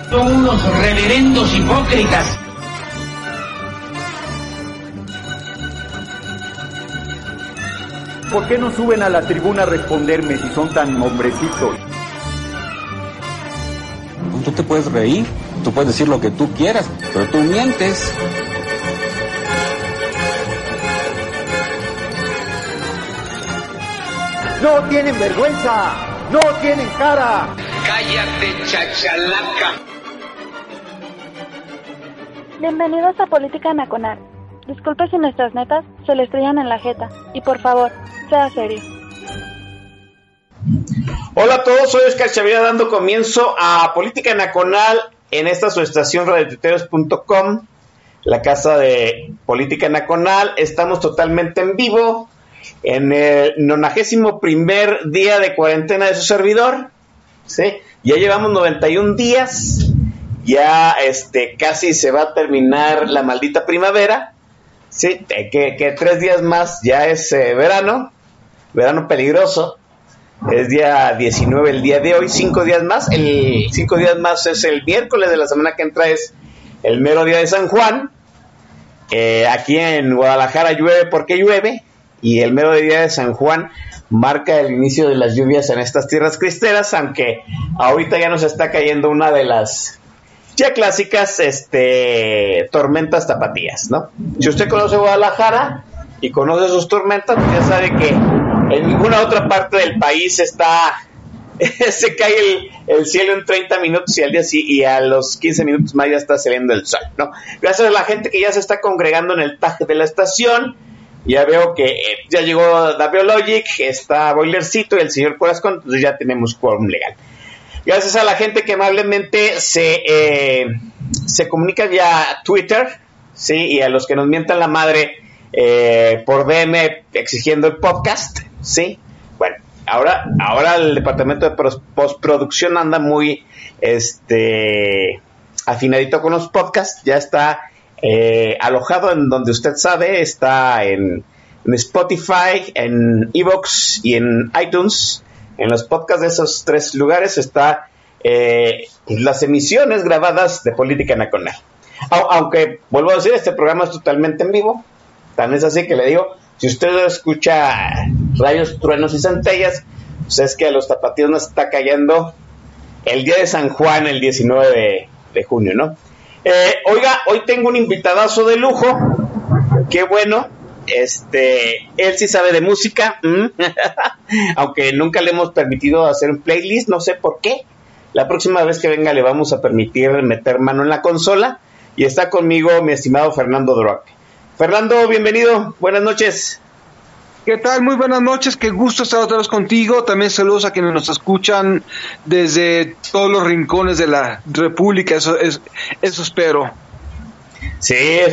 Son unos reverendos hipócritas. ¿Por qué no suben a la tribuna a responderme si son tan hombrecitos? Tú te puedes reír, tú puedes decir lo que tú quieras, pero tú mientes. ¡No tienen vergüenza! ¡No tienen cara! ¡Cállate, chachalaca! Bienvenidos a Política Nacional. Disculpe si nuestras netas se le estrellan en la jeta. Y por favor, sea serio. Hola a todos, soy Oscar Chavira dando comienzo a Política Nacional en esta su estación radiotuiteros.com, la casa de Política Nacional. Estamos totalmente en vivo en el 91º día de cuarentena de su servidor, ¿sí? Ya llevamos 91 días, ya casi se va a terminar la maldita primavera, ¿sí? Que 3 días más ya es verano peligroso. Es día 19 el día de hoy, 5 días más. El 5 días más es el miércoles de la semana que entra, es el mero día de San Juan. Aquí en Guadalajara llueve porque llueve, y el mero día de San Juan marca el inicio de las lluvias en estas tierras cristeras, aunque ahorita ya nos está cayendo una de las ya clásicas tormentas tapatías, ¿no? Si usted conoce Guadalajara y conoce sus tormentas, pues ya sabe que en ninguna otra parte del país se cae el cielo en 30 minutos y a los 15 minutos más ya está saliendo el sol, ¿no? Gracias a la gente que ya se está congregando en el TAG de la estación. Ya veo que ya llegó David Logic, está Boilercito y el señor Corazón, entonces ya tenemos quórum legal. Gracias a la gente que amablemente se comunica vía Twitter, ¿sí? Y a los que nos mientan la madre por DM exigiendo el podcast, ¿sí? Bueno, ahora el departamento de postproducción anda muy afinadito con los podcasts. Ya está alojado en donde usted sabe, está en Spotify, en iVoox y en iTunes. En los podcasts de esos 3 lugares está las emisiones grabadas de Política Nacional. Aunque, vuelvo a decir, este programa es totalmente en vivo. Tan es así que le digo, si usted escucha rayos, truenos y centellas, pues es que a los tapatíos nos está cayendo el día de San Juan, el 19 de junio, ¿no? Oiga, hoy tengo un invitadazo de lujo. Qué bueno. Él sí sabe de música. Aunque nunca le hemos permitido hacer un playlist, no sé por qué. La próxima vez que venga le vamos a permitir meter mano en la consola. Y está conmigo mi estimado Fernando Duroc. Fernando, bienvenido, buenas noches. ¿Qué tal? Muy buenas noches, qué gusto estar otra vez contigo. También saludos a quienes nos escuchan desde todos los rincones de la República, eso espero. Sí,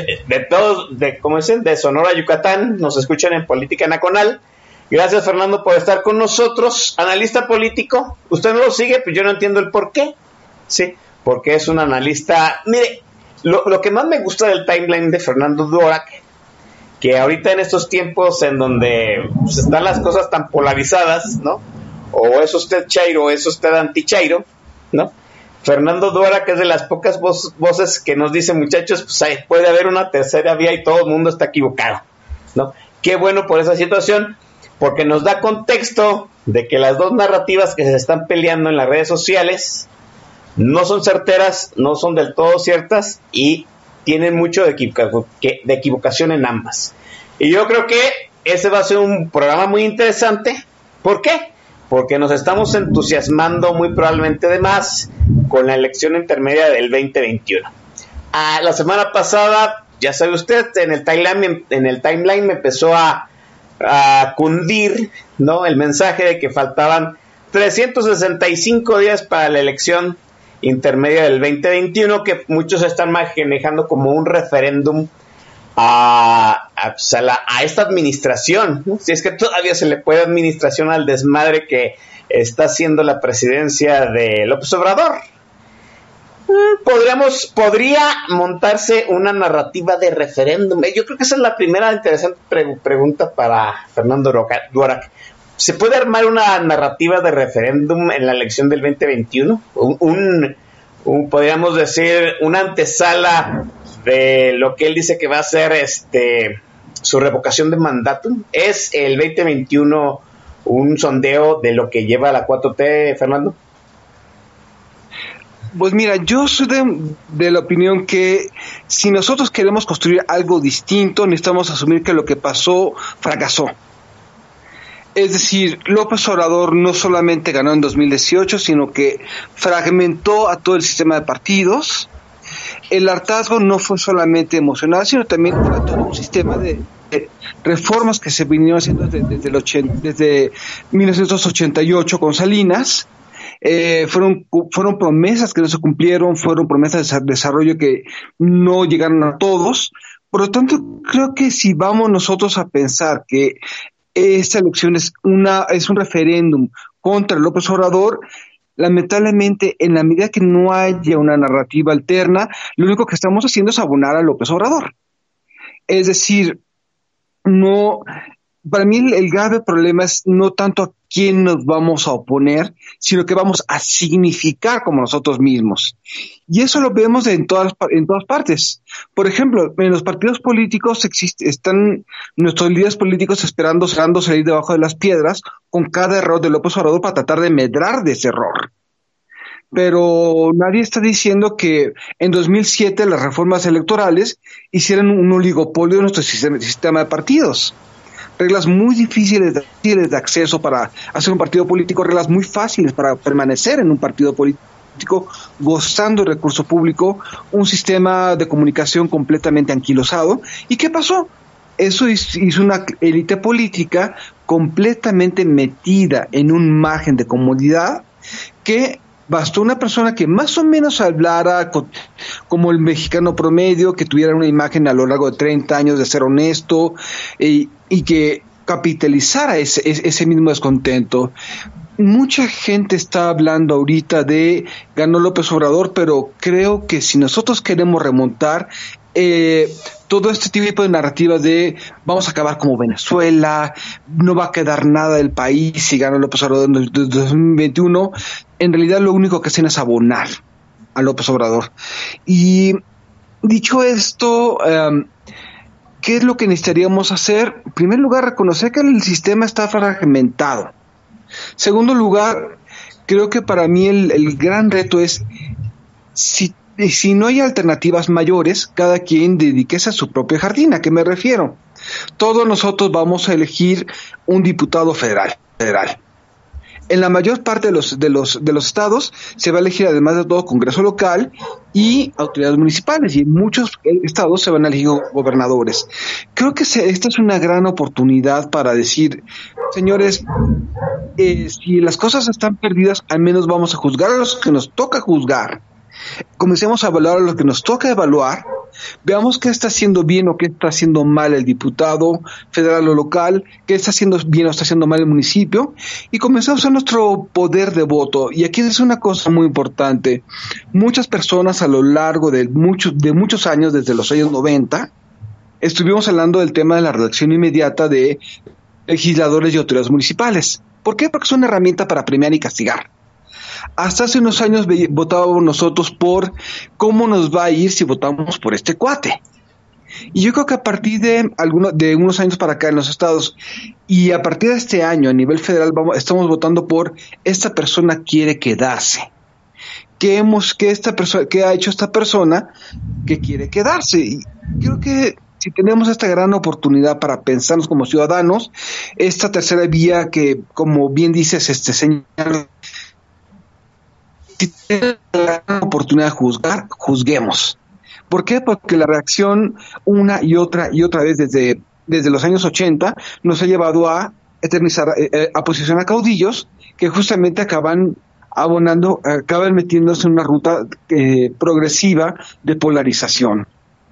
como dicen, de Sonora a Yucatán, nos escuchan en Política Nacional. Gracias, Fernando, por estar con nosotros. Analista político, usted no lo sigue, pues yo no entiendo el por qué. Sí, porque es un analista. Mire, lo que más me gusta del timeline de Fernando Duroc, que ahorita en estos tiempos en donde pues, están las cosas tan polarizadas, ¿no? O es usted chairo o es usted anti-chairo, ¿no? Fernando Duroc es de las pocas voces que nos dice, muchachos, pues puede haber una tercera vía y todo el mundo está equivocado, ¿no? Qué bueno por esa situación, porque nos da contexto de que las dos narrativas que se están peleando en las redes sociales no son certeras, no son del todo ciertas y tienen mucho de equivocación en ambas. Y yo creo que ese va a ser un programa muy interesante. ¿Por qué? Porque nos estamos entusiasmando muy probablemente de más con la elección intermedia del 2021. La semana pasada, ya sabe usted, en el timeline me empezó a cundir, ¿no?, el mensaje de que faltaban 365 días para la elección intermedia del 2021, que muchos están manejando como un referéndum a esta administración, ¿no? Si es que todavía se le puede administración al desmadre que está haciendo la presidencia de López Obrador. Podría montarse una narrativa de referéndum. Yo creo que esa es la primera interesante pregunta para Fernando Duroc. ¿Se puede armar una narrativa de referéndum en la elección del 2021? podríamos decir, una antesala de lo que él dice que va a ser su revocación de mandato. ¿Es el 2021 un sondeo de lo que lleva la 4T, Fernando? Pues mira, yo soy de la opinión que si nosotros queremos construir algo distinto, necesitamos asumir que lo que pasó fracasó. Es decir, López Obrador no solamente ganó en 2018, sino que fragmentó a todo el sistema de partidos. El hartazgo no fue solamente emocional, sino también fue todo un sistema de reformas que se vinieron haciendo desde 1988 con Salinas. Fueron promesas que no se cumplieron, fueron promesas de desarrollo que no llegaron a todos. Por lo tanto, creo que si vamos nosotros a pensar que esta elección es un referéndum contra López Obrador, lamentablemente, en la medida que no haya una narrativa alterna, lo único que estamos haciendo es abonar a López Obrador. Es decir, no, para mí el grave problema es no tanto a quién nos vamos a oponer, sino que vamos a significar como nosotros mismos. Y eso lo vemos en todas partes. Por ejemplo, en los partidos políticos están nuestros líderes políticos esperando salir debajo de las piedras con cada error de López Obrador para tratar de medrar de ese error. Pero nadie está diciendo que en 2007 las reformas electorales hicieran un oligopolio de nuestro sistema de partidos. Reglas muy difíciles de acceso para hacer un partido político, reglas muy fáciles para permanecer en un partido político, gozando de recurso público, un sistema de comunicación completamente anquilosado. ¿Y qué pasó? Eso hizo una élite política completamente metida en un margen de comodidad que bastó una persona que más o menos hablara como el mexicano promedio, que tuviera una imagen a lo largo de 30 años de ser honesto y que capitalizara ese mismo descontento. Mucha gente está hablando ahorita de ganó López Obrador, pero creo que si nosotros queremos remontar todo este tipo de narrativas de vamos a acabar como Venezuela, no va a quedar nada del país si gana López Obrador en 2021, en realidad lo único que hacen es abonar a López Obrador. Y dicho esto, ¿qué es lo que necesitaríamos hacer? En primer lugar, reconocer que el sistema está fragmentado. Segundo lugar, creo que para mí el gran reto es si no hay alternativas mayores, cada quien dedíquese a su propio jardín. ¿A qué me refiero? Todos nosotros vamos a elegir un diputado federal. En la mayor parte de los estados se va a elegir, además de todo, Congreso local y autoridades municipales, y en muchos estados se van a elegir gobernadores. Creo que esta es una gran oportunidad para decir, señores, si las cosas están perdidas, al menos vamos a juzgar a los que nos toca juzgar. Comencemos a evaluar a lo que nos toca evaluar, veamos qué está haciendo bien o qué está haciendo mal el diputado federal o local, qué está haciendo bien o está haciendo mal el municipio, y comencemos a usar nuestro poder de voto. Y aquí es una cosa muy importante: muchas personas a lo largo de muchos años, desde los años 90, estuvimos hablando del tema de la reelección inmediata de legisladores y autoridades municipales. ¿Por qué? Porque es una herramienta para premiar y castigar. Hasta hace unos años votábamos nosotros por cómo nos va a ir si votamos por este cuate. Y yo creo que a partir de unos años para acá en los estados, y a partir de este año a nivel federal, estamos votando por esta persona quiere quedarse. ¿Qué ha hecho esta persona que quiere quedarse? Y creo que si tenemos esta gran oportunidad para pensarnos como ciudadanos, esta tercera vía que, como bien dices, señor, si tenemos la oportunidad de juzgar, juzguemos. ¿Por qué? Porque la reacción una y otra vez desde los años 80 nos ha llevado a eternizar, a posicionar caudillos que justamente acaban metiéndose en una ruta progresiva de polarización.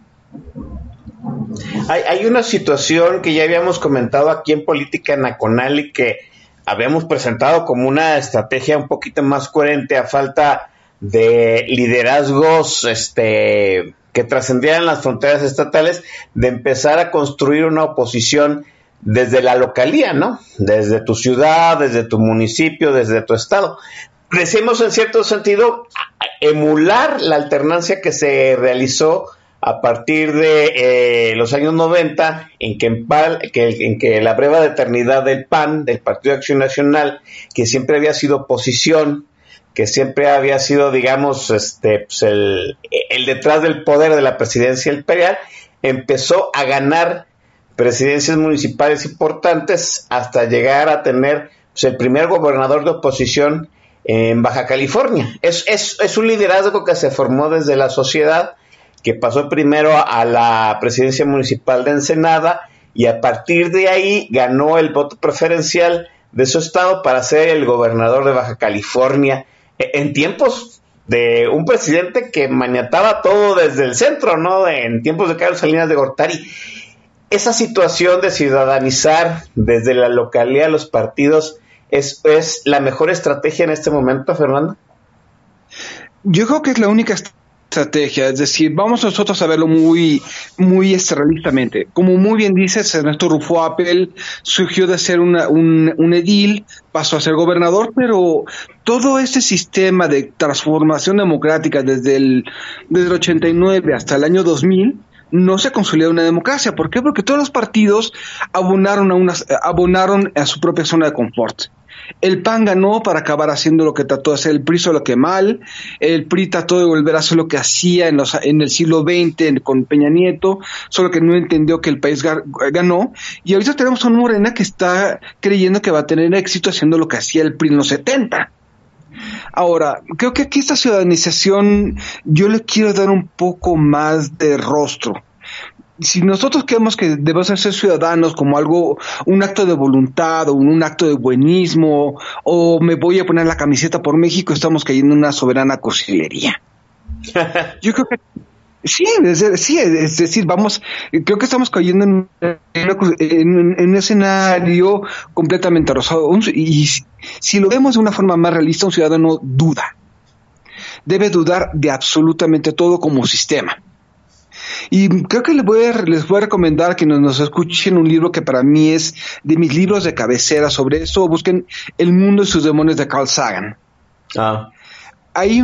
Hay una situación que ya habíamos comentado aquí en Política Nacional y que habíamos presentado como una estrategia un poquito más coherente a falta de liderazgos que trascendieran las fronteras estatales, de empezar a construir una oposición desde la localía, ¿no? Desde tu ciudad, desde tu municipio, desde tu estado. decimos en cierto sentido, emular la alternancia que se realizó a partir de los años 90, en que la breve eternidad del PAN, del Partido de Acción Nacional, que siempre había sido oposición, que siempre había sido, digamos, pues el detrás del poder de la presidencia imperial, empezó a ganar presidencias municipales importantes hasta llegar a tener pues, el primer gobernador de oposición en Baja California. Es un liderazgo que se formó desde la sociedad, que pasó primero a la presidencia municipal de Ensenada y a partir de ahí ganó el voto preferencial de su estado para ser el gobernador de Baja California en tiempos de un presidente que maniataba todo desde el centro, ¿no? En tiempos de Carlos Salinas de Gortari. Esa situación de ciudadanizar desde la localidad los partidos es la mejor estrategia en este momento, Fernando. Yo creo que es la única estrategia, es decir, vamos nosotros a verlo muy realistamente. Como muy bien dices, Ernesto Rufo Appel surgió de ser un edil, pasó a ser gobernador, pero todo este sistema de transformación democrática desde el 89 hasta el año 2000 no se consolidó una democracia. ¿Por qué? Porque todos los partidos abonaron a su propia zona de confort. El PAN ganó para acabar haciendo lo que trató de hacer el PRI, solo que mal. El PRI trató de volver a hacer lo que hacía en el siglo XX con Peña Nieto, solo que no entendió que el país ganó. Y ahorita tenemos a una Morena que está creyendo que va a tener éxito haciendo lo que hacía el PRI en los 70. Ahora, creo que aquí esta ciudadanización yo le quiero dar un poco más de rostro. Si nosotros creemos que debemos ser ciudadanos como algo, un acto de voluntad o un acto de buenismo, o me voy a poner la camiseta por México, estamos cayendo en una soberana cursilería. Yo creo que sí, es decir, creo que estamos cayendo en un escenario completamente rosado. Y si lo vemos de una forma más realista, un ciudadano debe dudar de absolutamente todo como sistema. Y creo que les voy a recomendar que nos escuchen un libro que para mí es de mis libros de cabecera sobre eso. Busquen El mundo y sus demonios de Carl Sagan. Hay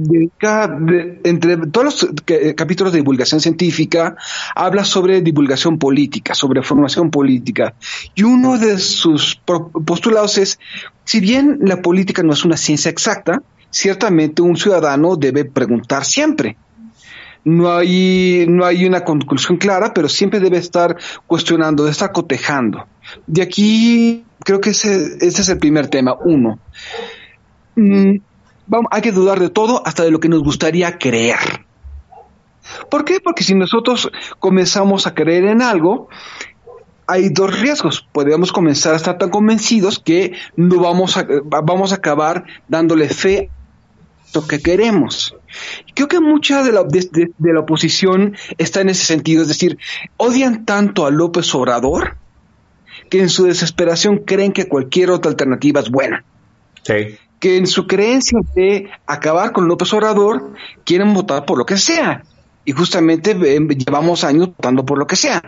entre todos los capítulos de divulgación científica, habla sobre divulgación política, sobre formación política. Y uno de sus postulados es, si bien la política no es una ciencia exacta, ciertamente un ciudadano debe preguntar siempre. No hay una conclusión clara, pero siempre debe estar cuestionando, debe estar cotejando. De aquí creo que ese es el primer tema. Uno, hay que dudar de todo, hasta de lo que nos gustaría creer. ¿Por qué? Porque si nosotros comenzamos a creer en algo, hay dos riesgos. Podemos comenzar a estar tan convencidos que no vamos a acabar dándole fe a lo que queremos. Creo que mucha de la oposición está en ese sentido, es decir, odian tanto a López Obrador que en su desesperación creen que cualquier otra alternativa es buena. Sí. Que en su creencia de acabar con López Obrador quieren votar por lo que sea, y justamente llevamos años votando por lo que sea.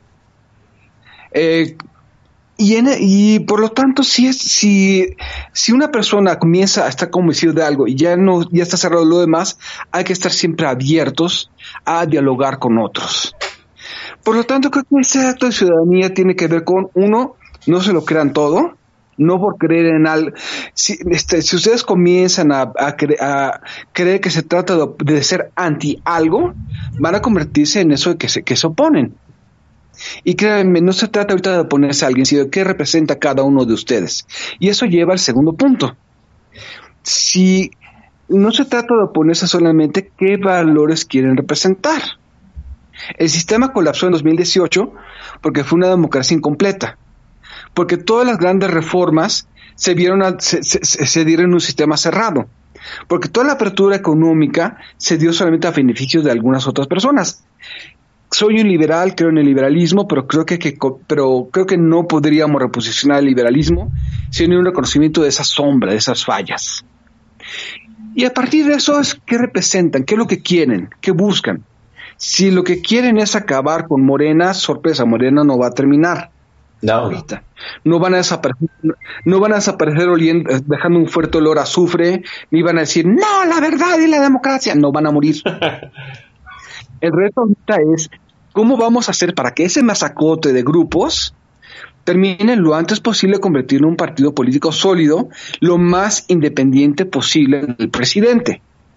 Y por lo tanto, si una persona comienza a estar convencido de algo y ya está cerrado lo demás, hay que estar siempre abiertos a dialogar con otros. Por lo tanto, creo que ese acto de ciudadanía tiene que ver con, uno, no se lo crean todo, no por creer en algo. Si ustedes comienzan a creer que se trata de ser anti algo, van a convertirse en eso de que se oponen. Y créanme, no se trata ahorita de oponerse a alguien, sino de qué representa cada uno de ustedes. Y eso lleva al segundo punto. Si no se trata de oponerse solamente, ¿qué valores quieren representar? El sistema colapsó en 2018 porque fue una democracia incompleta. Porque todas las grandes reformas se dieron en un sistema cerrado. Porque toda la apertura económica se dio solamente a beneficios de algunas otras personas. Soy un liberal, creo en el liberalismo, pero creo que no podríamos reposicionar el liberalismo sin un reconocimiento de esa sombra, de esas fallas. Y a partir de eso es qué representan, qué es lo que quieren, qué buscan. Si lo que quieren es acabar con Morena, sorpresa, Morena no va a terminar. No. Ahorita. No van a desaparecer dejando un fuerte olor a azufre, ni van a decir, no, la verdad y la democracia. No van a morir. El reto ahorita es, ¿cómo vamos a hacer para que ese masacote de grupos termine lo antes posible convertirlo en un partido político sólido, lo más independiente posible del presidente?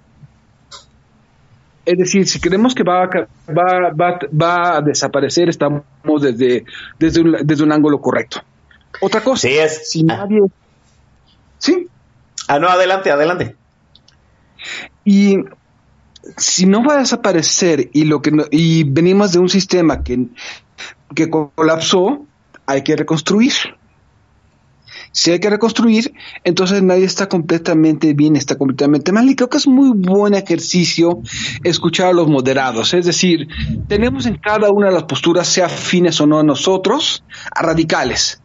Es decir, si creemos que va a desaparecer, estamos desde un ángulo correcto. Otra cosa, sí es. Si nadie... ¿Sí? No, adelante. Y si no va a desaparecer y venimos de un sistema que colapsó, hay que reconstruir. Si hay que reconstruir, entonces nadie está completamente bien, está completamente mal. Y creo que es muy buen ejercicio escuchar a los moderados. Es decir, tenemos en cada una de las posturas, sea afines o no a nosotros, a radicales.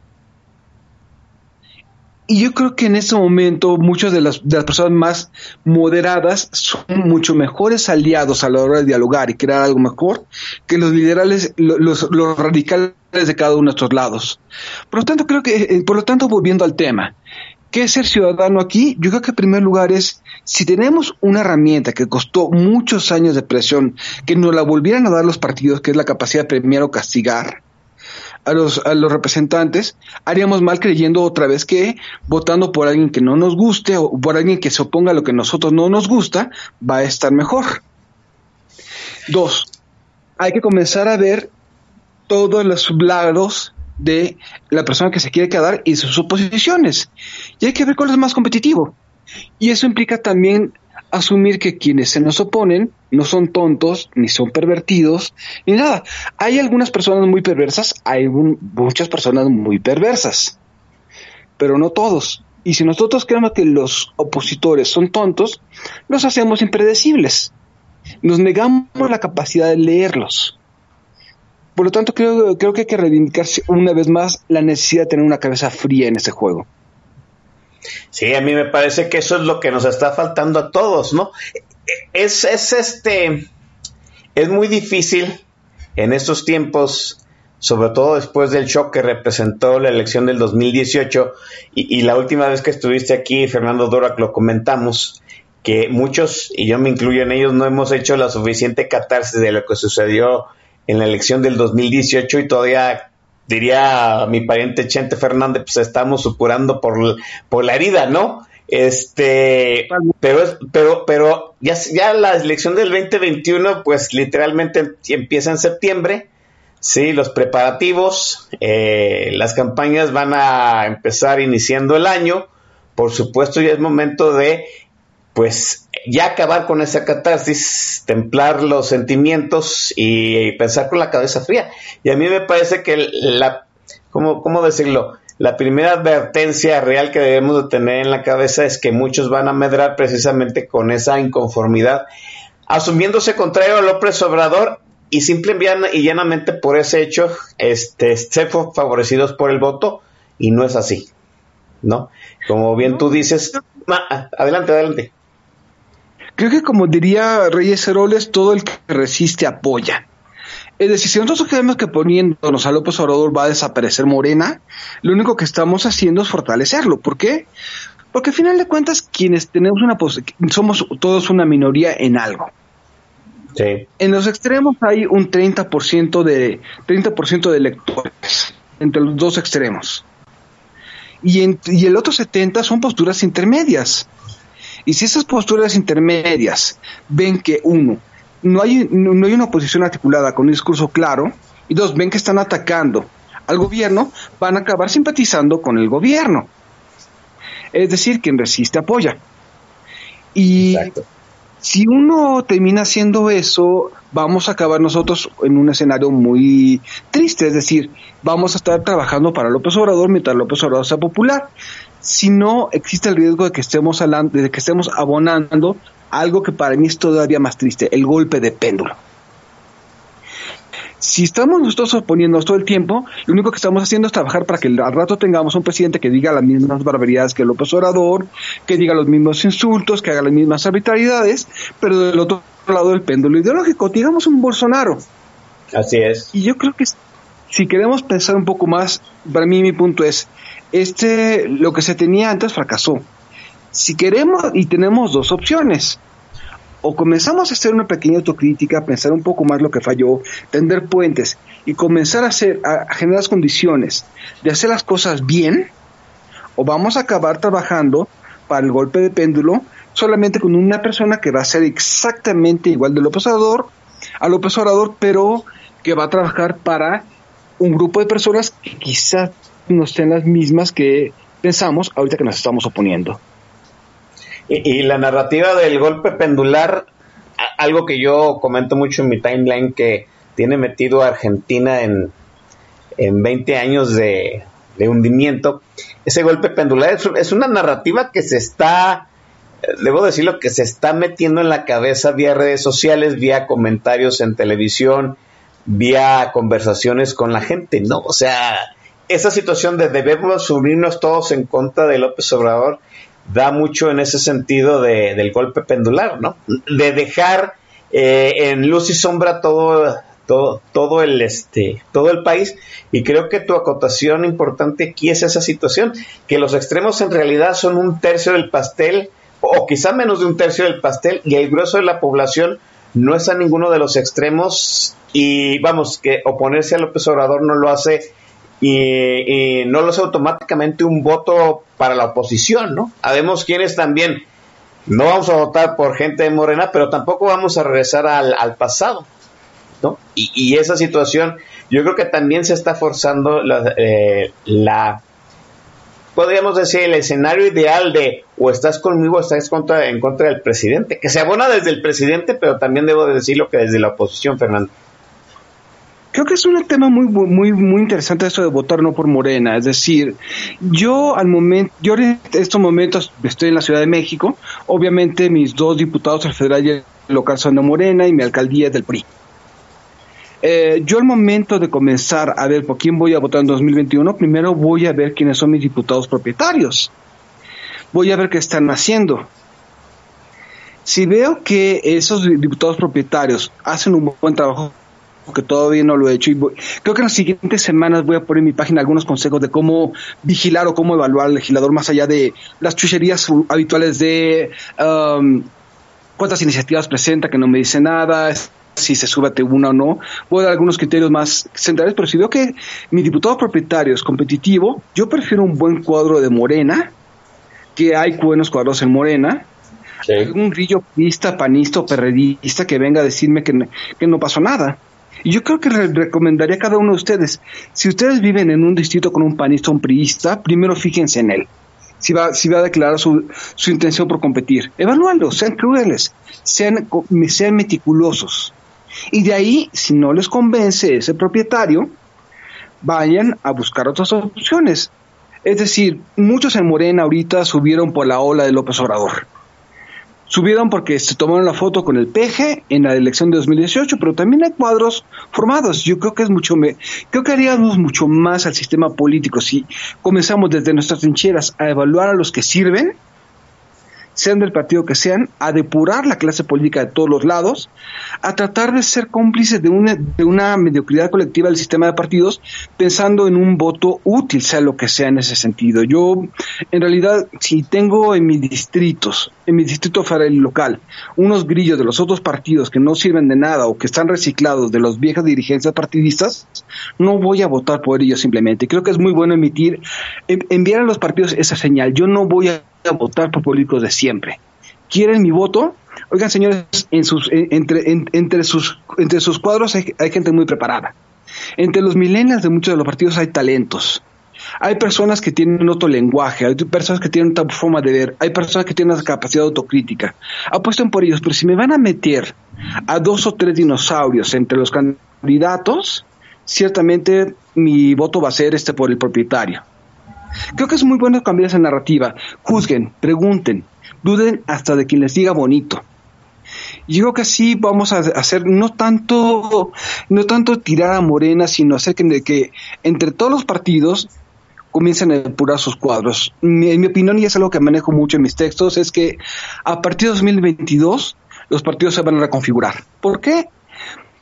Y yo creo que en este momento muchas de las personas más moderadas son mucho mejores aliados a la hora de dialogar y crear algo mejor que los liberales, los radicales de cada uno de estos lados. Por lo tanto, volviendo al tema, ¿qué es ser ciudadano aquí? Yo creo que en primer lugar es, si tenemos una herramienta que costó muchos años de presión, que nos la volvieran a dar los partidos, que es la capacidad de premiar o castigar a los representantes, haríamos mal creyendo otra vez que votando por alguien que no nos guste o por alguien que se oponga a lo que a nosotros no nos gusta, va a estar mejor. 2, hay que comenzar a ver todos los lados de la persona que se quiere quedar y sus oposiciones. Y hay que ver cuál es más competitivo. Y eso implica también asumir que quienes se nos oponen no son tontos, ni son pervertidos, ni nada. Hay algunas personas muy perversas, hay muchas personas muy perversas, pero no todos. Y si nosotros creemos que los opositores son tontos, los hacemos impredecibles. Nos negamos la capacidad de leerlos. Por lo tanto, creo que hay que reivindicarse una vez más la necesidad de tener una cabeza fría en este juego. Sí, a mí me parece que eso es lo que nos está faltando a todos, ¿no? Es muy difícil en estos tiempos, sobre todo después del shock que representó la elección del 2018 y la última vez que estuviste aquí, Fernando Durac, lo comentamos, que muchos, y yo me incluyo en ellos, no hemos hecho la suficiente catarsis de lo que sucedió en la elección del 2018 y todavía, diría mi pariente Chente Fernández, pues estamos supurando por la herida, ¿no? Pero ya la elección del 2021, pues literalmente empieza en septiembre, sí, los preparativos, las campañas van a empezar iniciando el año, por supuesto ya es momento de, pues, ya acabar con esa catarsis, templar los sentimientos y pensar con la cabeza fría. Y a mí me parece que ¿cómo decirlo? La primera advertencia real que debemos de tener en la cabeza es que muchos van a medrar precisamente con esa inconformidad, asumiéndose contrario a López Obrador y simple y llanamente por ese hecho ser favorecidos por el voto, y no es así, ¿no? Como bien tú dices, adelante. Creo que, como diría Reyes Heroles, todo el que resiste apoya. Es decir, si nosotros creemos que poniéndonos a López Obrador va a desaparecer Morena, lo único que estamos haciendo es fortalecerlo. ¿Por qué? Porque al final de cuentas, quienes tenemos somos todos una minoría en algo. Sí. En los extremos hay un 30% de electores, entre los dos extremos. Y el otro 70% son posturas intermedias. Y si esas posturas intermedias ven que, uno, no hay una oposición articulada con un discurso claro, y dos, ven que están atacando al gobierno, van a acabar simpatizando con el gobierno. Es decir, quien resiste apoya. Y exacto. Si uno termina haciendo eso, vamos a acabar nosotros en un escenario muy triste. Es decir, vamos a estar trabajando para López Obrador mientras López Obrador sea popular. Si no, existe el riesgo de que estemos abonando algo que para mí es todavía más triste, el golpe de péndulo. Si estamos nosotros oponiéndonos todo el tiempo, lo único que estamos haciendo es trabajar para que al rato tengamos un presidente que diga las mismas barbaridades que López Obrador, que diga los mismos insultos, que haga las mismas arbitrariedades, pero del otro lado del péndulo ideológico, digamos un Bolsonaro. Así es. Y yo creo que si queremos pensar un poco más, para mí mi punto es, lo que se tenía antes fracasó. Si queremos, y tenemos dos opciones, o comenzamos a hacer una pequeña autocrítica, pensar un poco más lo que falló, tender puentes y comenzar a generar las condiciones de hacer las cosas bien, o vamos a acabar trabajando para el golpe de péndulo solamente con una persona que va a ser exactamente igual de López Obrador, pero que va a trabajar para un grupo de personas que quizás no sean las mismas que pensamos ahorita que nos estamos oponiendo. Y la narrativa del golpe pendular, algo que yo comento mucho en mi timeline, que tiene metido a Argentina en 20 años de hundimiento, ese golpe pendular es una narrativa que se está, debo decirlo, que se está metiendo en la cabeza vía redes sociales, vía comentarios en televisión, vía conversaciones con la gente, ¿no? O sea, esa situación de debemos unirnos todos en contra de López Obrador da mucho en ese sentido del golpe pendular, ¿no? De dejar en luz y sombra todo el país, y creo que tu acotación importante aquí es esa situación, que los extremos en realidad son un tercio del pastel, o quizá menos de un tercio del pastel, y el grueso de la población no es a ninguno de los extremos, y vamos, que oponerse a López Obrador no lo hace y no lo hace automáticamente un voto para la oposición, ¿no? Habemos quienes también no vamos a votar por gente de Morena, pero tampoco vamos a regresar al pasado, ¿no? Y esa situación, yo creo que también se está forzando podríamos decir, el escenario ideal de o estás conmigo o estás en contra del presidente, que se abona desde el presidente, pero también debo de decirlo que desde la oposición, Fernando. Creo que es un tema muy interesante eso de votar no por Morena. Es decir, yo en estos momentos estoy en la Ciudad de México. Obviamente mis 2 diputados al federal y el local son de Morena y mi alcaldía es del PRI. Yo al momento de comenzar a ver por quién voy a votar en 2021, primero voy a ver quiénes son mis diputados propietarios. Voy a ver qué están haciendo. Si veo que esos diputados propietarios hacen un buen trabajo, que todavía no lo he hecho, creo que en las siguientes semanas voy a poner en mi página algunos consejos de cómo vigilar o cómo evaluar al legislador, más allá de las chucherías habituales de cuántas iniciativas presenta, que no me dice nada, si se sube a tribuna o no. Voy a dar algunos criterios más centrales, pero si veo que mi diputado propietario es competitivo, yo prefiero un buen cuadro de Morena, que hay buenos cuadros en Morena. Sí. Un grillo panista o perredista que venga a decirme que no pasó nada. Y yo creo que recomendaría a cada uno de ustedes, si ustedes viven en un distrito con un panista o un priista, primero fíjense en él. Si va a declarar su intención por competir, evalúenlo, sean crueles, sean meticulosos. Y de ahí, si no les convence ese propietario, vayan a buscar otras opciones. Es decir, muchos en Morena ahorita subieron por la ola de López Obrador. Subieron porque se tomaron la foto con el PG en la elección de 2018, pero también hay cuadros formados. Yo creo que creo que haríamos mucho más al sistema político si comenzamos desde nuestras trincheras a evaluar a los que sirven, sean del partido que sean, a depurar la clase política de todos los lados, a tratar de ser cómplices de una mediocridad colectiva del sistema de partidos, pensando en un voto útil, sea lo que sea en ese sentido. Yo, en realidad, si tengo en mi distrito federal y local, unos grillos de los otros partidos que no sirven de nada o que están reciclados de las viejas dirigencias partidistas, no voy a votar por ellos simplemente. Creo que es muy bueno enviar a los partidos esa señal. Yo no voy a votar por políticos de siempre. ¿Quieren mi voto? Oigan, señores, entre sus cuadros hay gente muy preparada. Entre los millennials de muchos de los partidos hay talentos. Hay personas que tienen otro lenguaje, hay personas que tienen otra forma de ver, hay personas que tienen una capacidad de autocrítica. Apuesten por ellos, pero si me van a meter a 2 o 3 dinosaurios entre los candidatos, ciertamente mi voto va a ser por el propietario. Creo que es muy bueno cambiar esa narrativa. Juzguen, pregunten, duden hasta de quien les diga bonito. Yo creo que así vamos a hacer no tanto tirar a Morena, sino hacer que entre todos los partidos comiencen a depurar sus cuadros. En mi opinión, y es algo que manejo mucho en mis textos, es que a partir de 2022 los partidos se van a reconfigurar. ¿Por qué?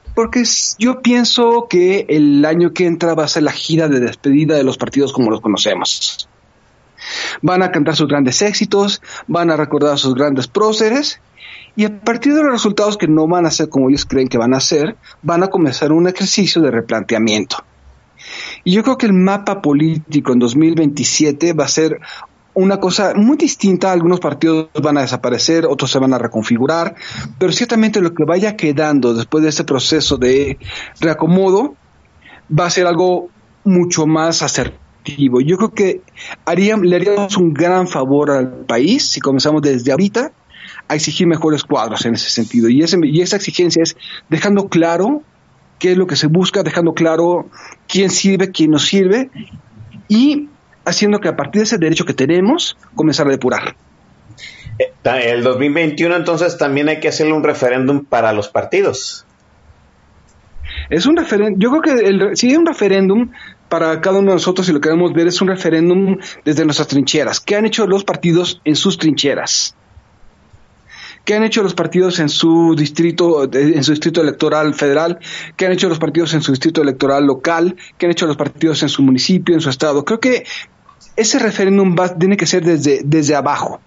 Porque yo pienso que el año que entra va a ser la gira de despedida de los partidos como los conocemos. Van a cantar sus grandes éxitos, van a recordar sus grandes próceres, y a partir de los resultados que no van a ser como ellos creen que van a ser, van a comenzar un ejercicio de replanteamiento. Y yo creo que el mapa político en 2027 va a ser una cosa muy distinta. Algunos partidos van a desaparecer, otros se van a reconfigurar, pero ciertamente lo que vaya quedando después de este proceso de reacomodo va a ser algo mucho más asertivo. Yo creo que le haríamos un gran favor al país si comenzamos desde ahorita a exigir mejores cuadros en ese sentido. Y esa exigencia es dejando claro qué es lo que se busca, dejando claro quién sirve, quién no sirve, y haciendo que a partir de ese derecho que tenemos, comenzar a depurar. El 2021 entonces también hay que hacerle un referéndum para los partidos. Es un referéndum, yo creo que si es un referéndum para cada uno de nosotros, si lo queremos ver, es un referéndum desde nuestras trincheras. ¿Qué han hecho los partidos en sus trincheras? ¿Qué han hecho los partidos en su distrito electoral federal? ¿Qué han hecho los partidos en su distrito electoral local? ¿Qué han hecho los partidos en su municipio, en su estado? Creo que ese referéndum tiene que ser desde abajo.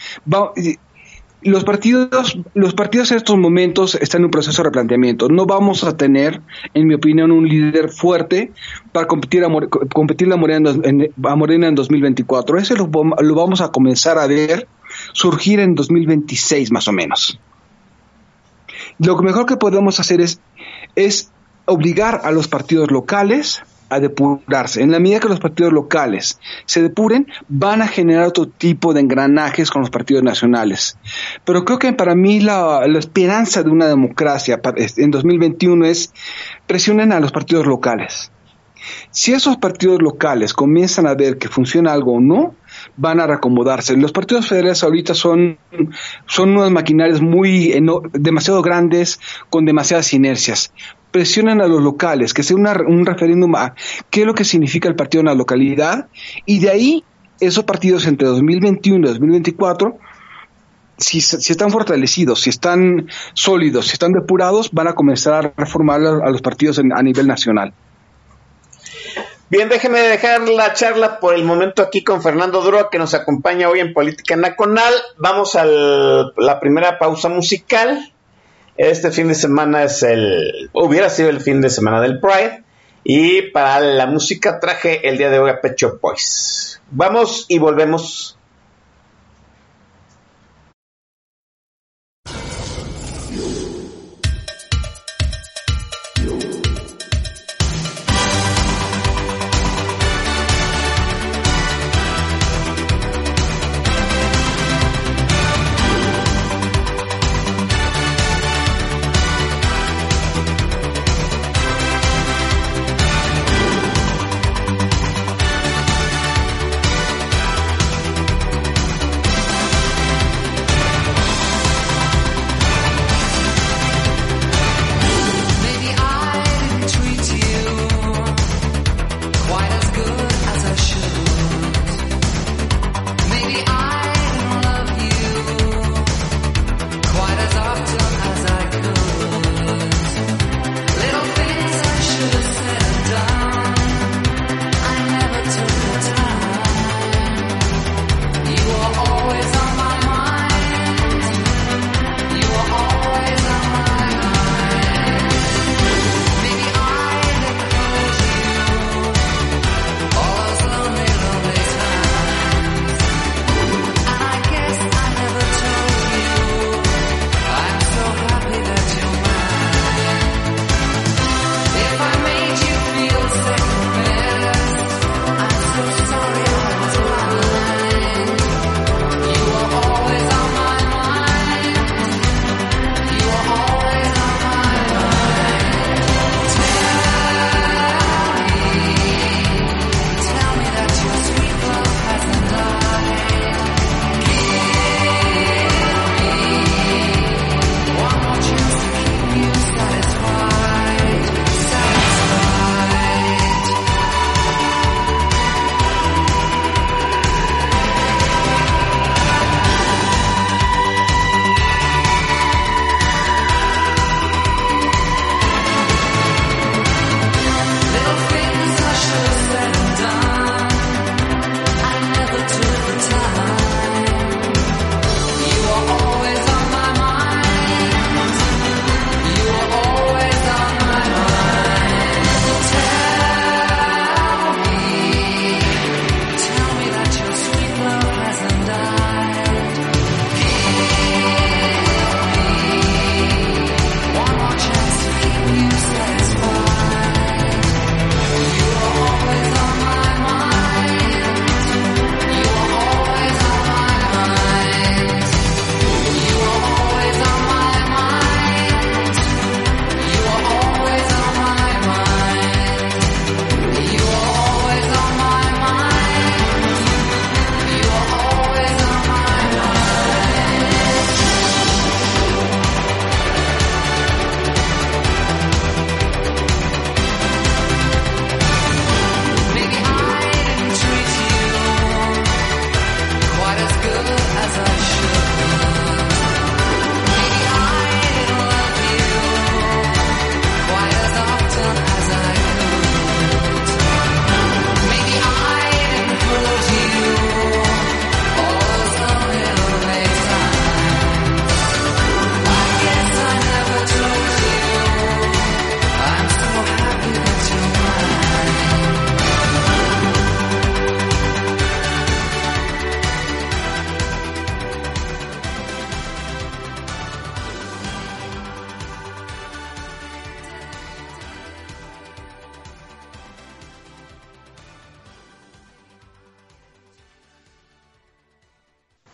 Los partidos en estos momentos están en un proceso de replanteamiento. No vamos a tener, en mi opinión, un líder fuerte para competir a Morena en 2024. Ese lo vamos a comenzar a ver surgir en 2026 más o menos. Lo mejor que podemos hacer es obligar a los partidos locales a depurarse. En la medida que los partidos locales se depuren, van a generar otro tipo de engranajes con los partidos nacionales. Pero creo que para mí la esperanza de una democracia en 2021 es presionen a los partidos locales. Si esos partidos locales comienzan a ver que funciona algo o no, van a reacomodarse. Los partidos federales ahorita son unas maquinarias demasiado grandes, con demasiadas inercias. Presionan a los locales, que sea un referéndum a qué es lo que significa el partido en la localidad, y de ahí esos partidos entre 2021 y 2024, si están fortalecidos, si están sólidos, si están depurados, van a comenzar a reformar a los partidos a nivel nacional. Bien, déjeme dejar la charla por el momento aquí con Fernando Duro, que nos acompaña hoy en Política Nacional. Vamos a la primera pausa musical. Este fin de semana hubiera sido el fin de semana del Pride, y para la música traje el día de hoy a Pet Shop Boys. Vamos y volvemos.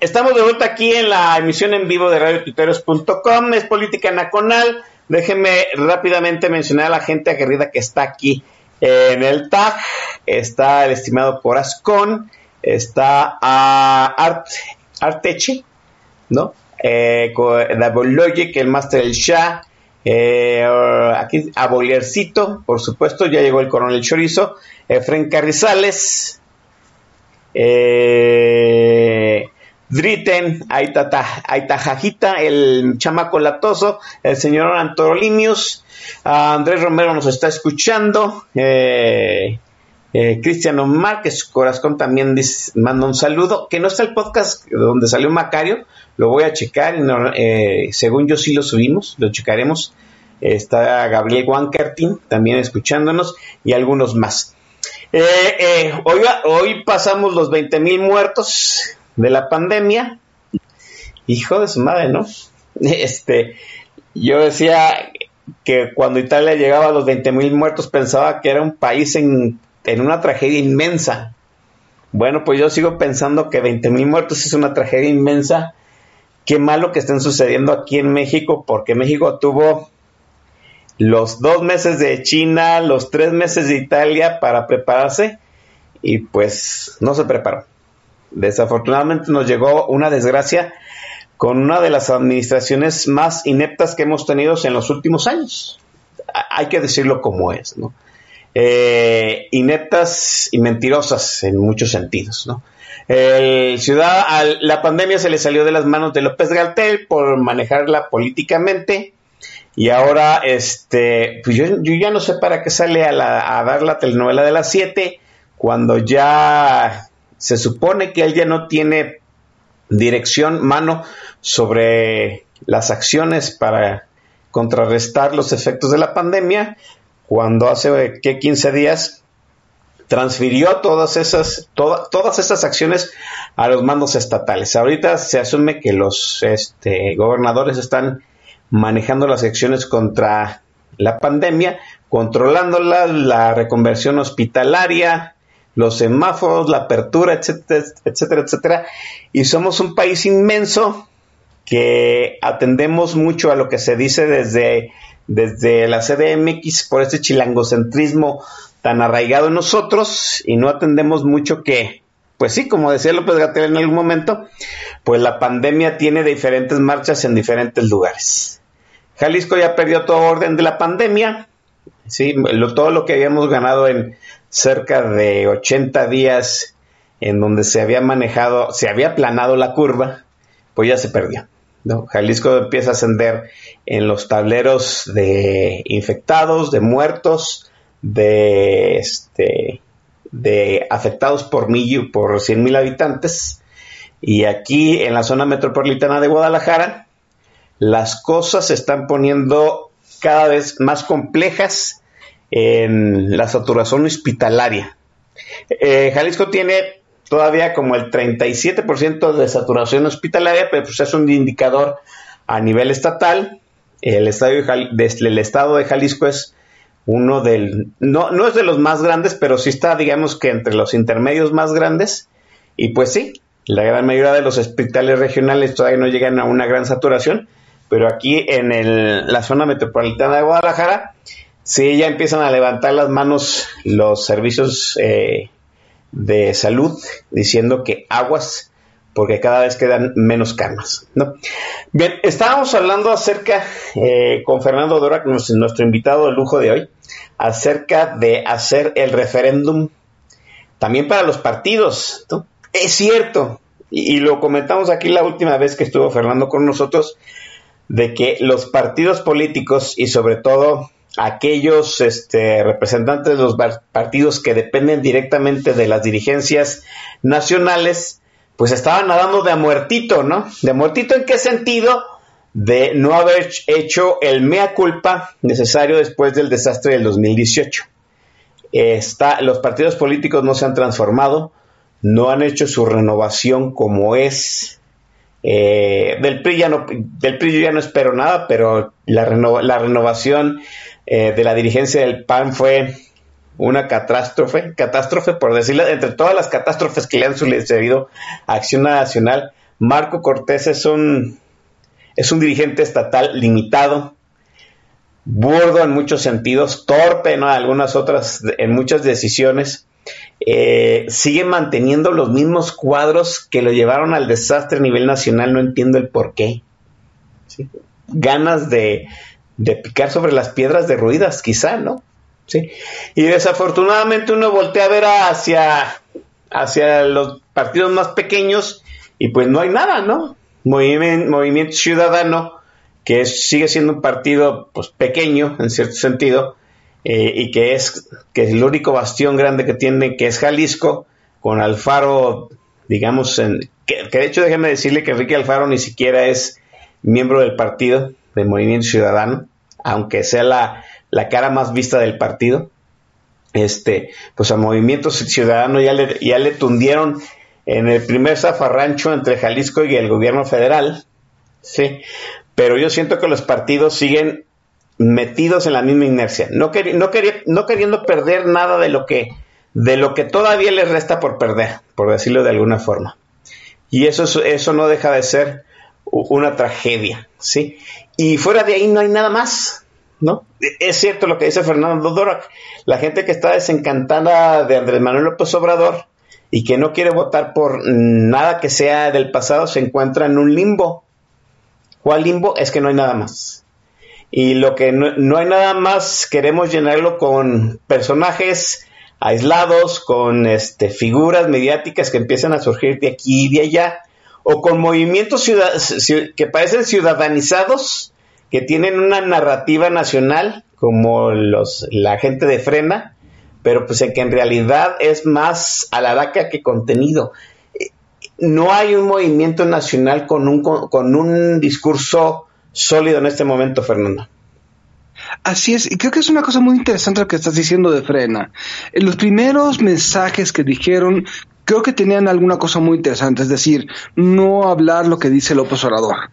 estamos de vuelta aquí en la emisión en vivo de radiotuiteros.com. Es Política Nacional. Déjenme rápidamente mencionar a la gente aguerrida que está aquí en el tag. Está el estimado Corazón, está a Arteche, ¿no? Dabologic, el Master del Shah, aquí a Boliercito, por supuesto, ya llegó el Coronel Chorizo, Efren Carrizales, Dritten, Aitajajita, el chamaco latoso, el señor Antorolimius, Andrés Romero nos está escuchando, Cristiano Márquez, Corazón también manda un saludo, que no está el podcast donde salió Macario, lo voy a checar, según yo sí lo subimos, lo checaremos, está Gabriel Wankertin también escuchándonos y algunos más. Hoy pasamos los 20,000 muertos de la pandemia. Hijo de su madre, ¿no? Yo decía que cuando Italia llegaba a los 20,000 muertos pensaba que era un país en una tragedia inmensa. Bueno, pues yo sigo pensando que 20,000 muertos es una tragedia inmensa. Qué malo que estén sucediendo aquí en México, porque México tuvo los 2 meses de China, los 3 meses de Italia para prepararse y pues no se preparó. Desafortunadamente nos llegó una desgracia con una de las administraciones más ineptas que hemos tenido en los últimos años. Hay que decirlo como es, ¿no? Ineptas y mentirosas en muchos sentidos, ¿no? La pandemia se le salió de las manos de López-Gatell por manejarla políticamente y ahora pues yo ya no sé para qué sale a dar la telenovela de las 7 cuando ya se supone que él ya no tiene mano sobre las acciones para contrarrestar los efectos de la pandemia, cuando hace 15 días transfirió todas esas acciones a los mandos estatales. Ahorita se asume que los gobernadores están manejando las acciones contra la pandemia, controlándola, la reconversión hospitalaria, los semáforos, la apertura, etcétera, etcétera, etcétera. Y somos un país inmenso que atendemos mucho a lo que se dice desde la CDMX por este chilangocentrismo tan arraigado en nosotros y no atendemos mucho que, pues sí, como decía López-Gatell en algún momento, pues la pandemia tiene diferentes marchas en diferentes lugares. Jalisco ya perdió todo orden de la pandemia, sí, todo lo que habíamos ganado en cerca de 80 días en donde se había aplanado la curva, pues ya se perdió, ¿no? Jalisco empieza a ascender en los tableros de infectados, de muertos, de afectados por 100,000 habitantes, y aquí en la zona metropolitana de Guadalajara las cosas se están poniendo cada vez más complejas en la saturación hospitalaria. Jalisco tiene todavía como el 37% de saturación hospitalaria, pero pues es un indicador a nivel estatal. El estado de Jalisco es no es de los más grandes, pero sí está, digamos que entre los intermedios más grandes, y pues sí, la gran mayoría de los hospitales regionales todavía no llegan a una gran saturación, pero aquí en la zona metropolitana de Guadalajara sí ya empiezan a levantar las manos los servicios de salud diciendo que aguas, porque cada vez quedan menos camas, ¿no? Bien, estábamos hablando acerca, con Fernando Dora, que es nuestro invitado de lujo de hoy, acerca de hacer el referéndum también para los partidos, ¿no? Es cierto, y lo comentamos aquí la última vez que estuvo Fernando con nosotros, de que los partidos políticos y sobre todo aquellos representantes de los partidos que dependen directamente de las dirigencias nacionales, pues estaban nadando de a muertito, ¿no? ¿De a muertito en qué sentido? De no haber hecho el mea culpa necesario después del desastre del 2018. Los partidos políticos no se han transformado, no han hecho su renovación como es. Del PRI yo ya no espero nada, pero la renovación de la dirigencia del PAN fue una catástrofe por decirlo, entre todas las catástrofes que le han sucedido a Acción Nacional, Marco Cortés es un dirigente estatal limitado, burdo en muchos sentidos, torpe, ¿no? Algunas otras, en muchas decisiones. Sigue manteniendo los mismos cuadros que lo llevaron al desastre a nivel nacional, no entiendo el por qué. ¿Sí? Ganas de picar sobre las piedras derruidas, quizá, ¿no? Sí. Y desafortunadamente uno voltea a ver hacia los partidos más pequeños y pues no hay nada, ¿no? Movimiento Ciudadano, que sigue siendo un partido pues pequeño en cierto sentido, y que es el único bastión grande que tiene, que es Jalisco, con Alfaro, digamos, que de hecho déjeme decirle que Enrique Alfaro ni siquiera es miembro del partido, del Movimiento Ciudadano, aunque sea la cara más vista del partido. Pues al Movimiento Ciudadano ya le tundieron en el primer zafarrancho entre Jalisco y el gobierno federal, sí, pero yo siento que los partidos siguen metidos en la misma inercia, no queriendo perder nada de lo que todavía les resta por perder, por decirlo de alguna forma, y eso no deja de ser una tragedia, sí, y fuera de ahí no hay nada más, ¿no? Es cierto lo que dice Fernando Dorak, la gente que está desencantada de Andrés Manuel López Obrador y que no quiere votar por nada que sea del pasado se encuentra en un limbo. ¿Cuál limbo? Es que no hay nada más. Y lo que no hay nada más, queremos llenarlo con personajes aislados, con figuras mediáticas que empiezan a surgir de aquí y de allá, o con movimientos que parecen ciudadanizados, que tienen una narrativa nacional, como la gente de Frena, pero pues en que en realidad es más alaraca que contenido. No hay un movimiento nacional con un discurso sólido en este momento, Fernando. Así es, y creo que es una cosa muy interesante lo que estás diciendo de Frena. Los primeros mensajes que dijeron, creo que tenían alguna cosa muy interesante, es decir, no hablar lo que dice López Obrador.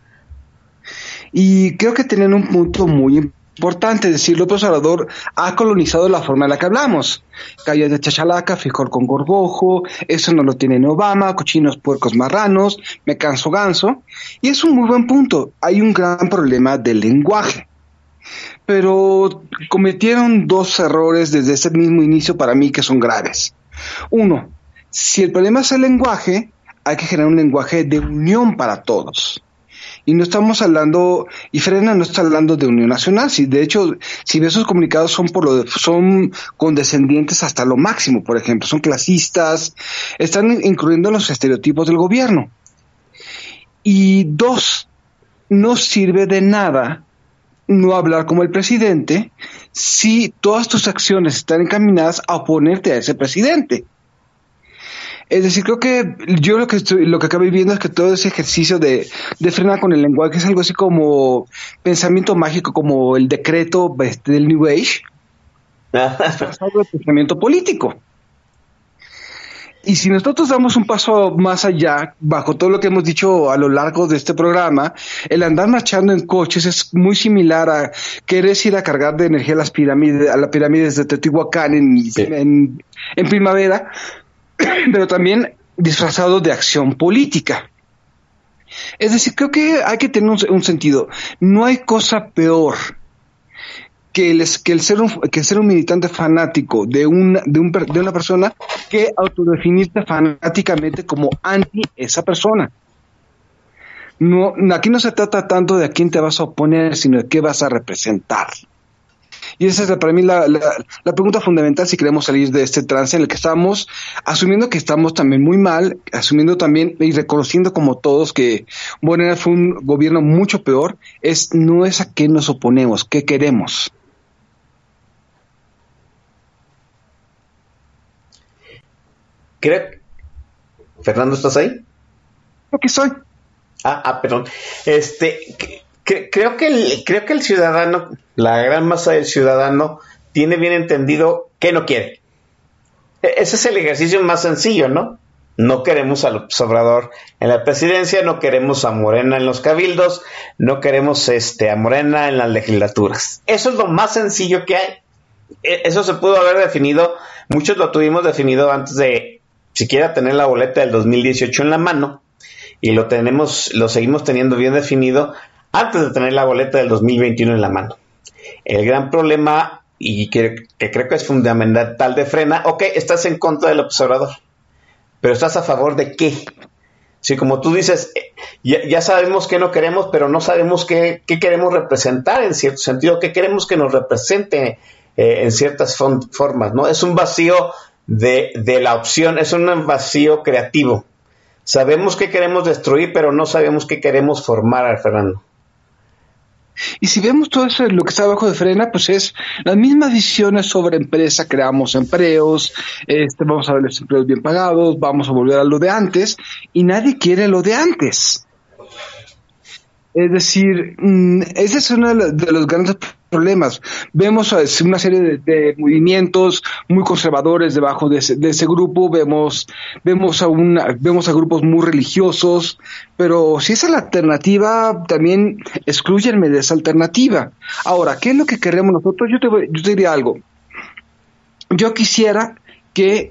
Y creo que tenían un punto muy importante, es decir, López Obrador ha colonizado la forma en la que hablamos. Calles de chachalaca, frijol con gorgojo, eso no lo tiene ni Obama, cochinos, puercos, marranos, me canso ganso. Y es un muy buen punto. Hay un gran problema del lenguaje. Pero cometieron dos errores desde ese mismo inicio para mí que son graves. Uno, si el problema es el lenguaje, hay que generar un lenguaje de unión para todos. Y no estamos hablando, y Frena no está hablando de unión nacional, si de hecho, si ves sus comunicados son condescendientes hasta lo máximo, por ejemplo, son clasistas, están incluyendo los estereotipos del gobierno. Y dos, no sirve de nada no hablar como el presidente si todas tus acciones están encaminadas a oponerte a ese presidente. Es decir, creo que yo lo que acabé viendo es que todo ese ejercicio de frenar con el lenguaje es algo así como pensamiento mágico, como el decreto del New Age, disfrazado de pensamiento político. Y si nosotros damos un paso más allá, bajo todo lo que hemos dicho a lo largo de este programa, el andar marchando en coches es muy similar a querer ir a cargar de energía a las pirámides de Teotihuacán en primavera, pero también disfrazado de acción política. Es decir, creo que hay que tener un sentido. No hay cosa peor que el ser un militante fanático de una persona que autodefinirte fanáticamente como anti esa persona. No, aquí no se trata tanto de a quién te vas a oponer, sino de qué vas a representar. Y esa es para mí la pregunta fundamental si queremos salir de este trance en el que estamos, asumiendo que estamos también muy mal, asumiendo también y reconociendo como todos que Morena fue un gobierno mucho peor, no es a qué nos oponemos, qué queremos. Fernando, ¿estás ahí? Aquí estoy. Perdón. Creo que el ciudadano, la gran masa del ciudadano, tiene bien entendido qué no quiere. Ese es el ejercicio más sencillo, ¿no? No queremos a López Obrador en la presidencia, no queremos a Morena en los cabildos, no queremos a Morena en las legislaturas. Eso es lo más sencillo que hay. Eso se pudo haber definido, muchos lo tuvimos definido antes de siquiera tener la boleta del 2018 en la mano. y lo seguimos teniendo bien definido antes de tener la boleta del 2021 en la mano. El gran problema, y que creo que es fundamental de Frena, ok, estás en contra del observador, pero ¿estás a favor de qué? Sí, como tú dices, ya sabemos qué no queremos, pero no sabemos qué queremos representar en cierto sentido, qué queremos que nos represente en ciertas formas, ¿no? Es un vacío de la opción, es un vacío creativo. Sabemos qué queremos destruir, pero no sabemos qué queremos formar, Fernando. Y si vemos todo eso, lo que está abajo de Frena, pues es las mismas visiones sobre empresa, creamos empleos, vamos a ver los empleos bien pagados, vamos a volver a lo de antes, y nadie quiere lo de antes. Es decir, ese es uno de los grandes problemas. Vemos una serie de movimientos muy conservadores debajo de ese grupo, vemos a grupos muy religiosos, pero si esa es la alternativa, también exclúyenme de esa alternativa. Ahora, ¿qué es lo que queremos nosotros? Yo te diría algo. Yo quisiera que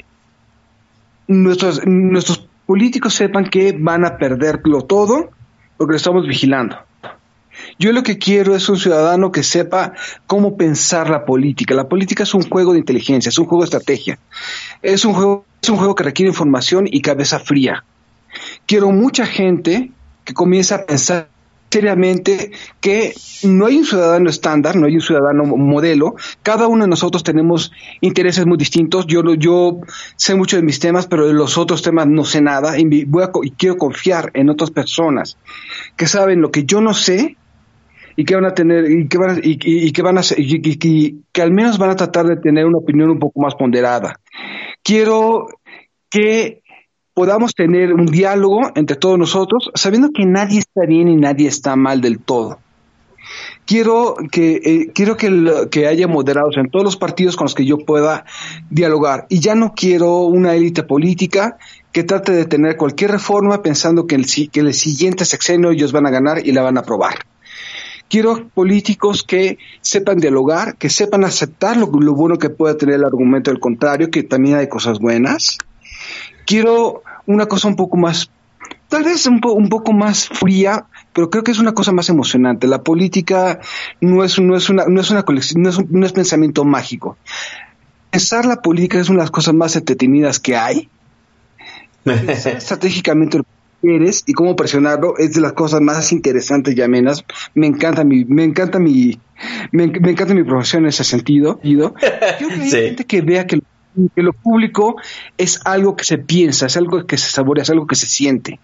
nuestros políticos sepan que van a perderlo todo porque lo estamos vigilando. Yo lo que quiero es un ciudadano que sepa cómo pensar la política. La política es un juego de inteligencia, es un juego de estrategia. Es un juego que requiere información y cabeza fría. Quiero mucha gente que comience a pensar seriamente que no hay un ciudadano estándar, no hay un ciudadano modelo. Cada uno de nosotros tenemos intereses muy distintos. Yo sé mucho de mis temas, pero de los otros temas no sé nada y quiero confiar en otras personas que saben lo que yo no sé y que van a tener y que al menos van a tratar de tener una opinión un poco más ponderada. Quiero que podamos tener un diálogo entre todos nosotros, sabiendo que nadie está bien y nadie está mal del todo. Quiero que haya moderados en todos los partidos con los que yo pueda dialogar. Y ya no quiero una élite política que trate de tener cualquier reforma pensando que el siguiente sexenio ellos van a ganar y la van a aprobar. Quiero políticos que sepan dialogar, que sepan aceptar lo bueno que pueda tener el argumento del contrario, que también hay cosas buenas. Quiero una cosa un poco más, tal vez un poco más fría, pero creo que es una cosa más emocionante. La política no es una colección, no es pensamiento mágico. Pensar la política es una de las cosas más entretenidas que hay. Pensar estratégicamente lo que eres y cómo presionarlo es de las cosas más interesantes y amenas. Me encanta mi profesión en ese sentido. Creo que hay gente que vea que lo público es algo que se piensa, es algo que se saborea, es algo que se siente.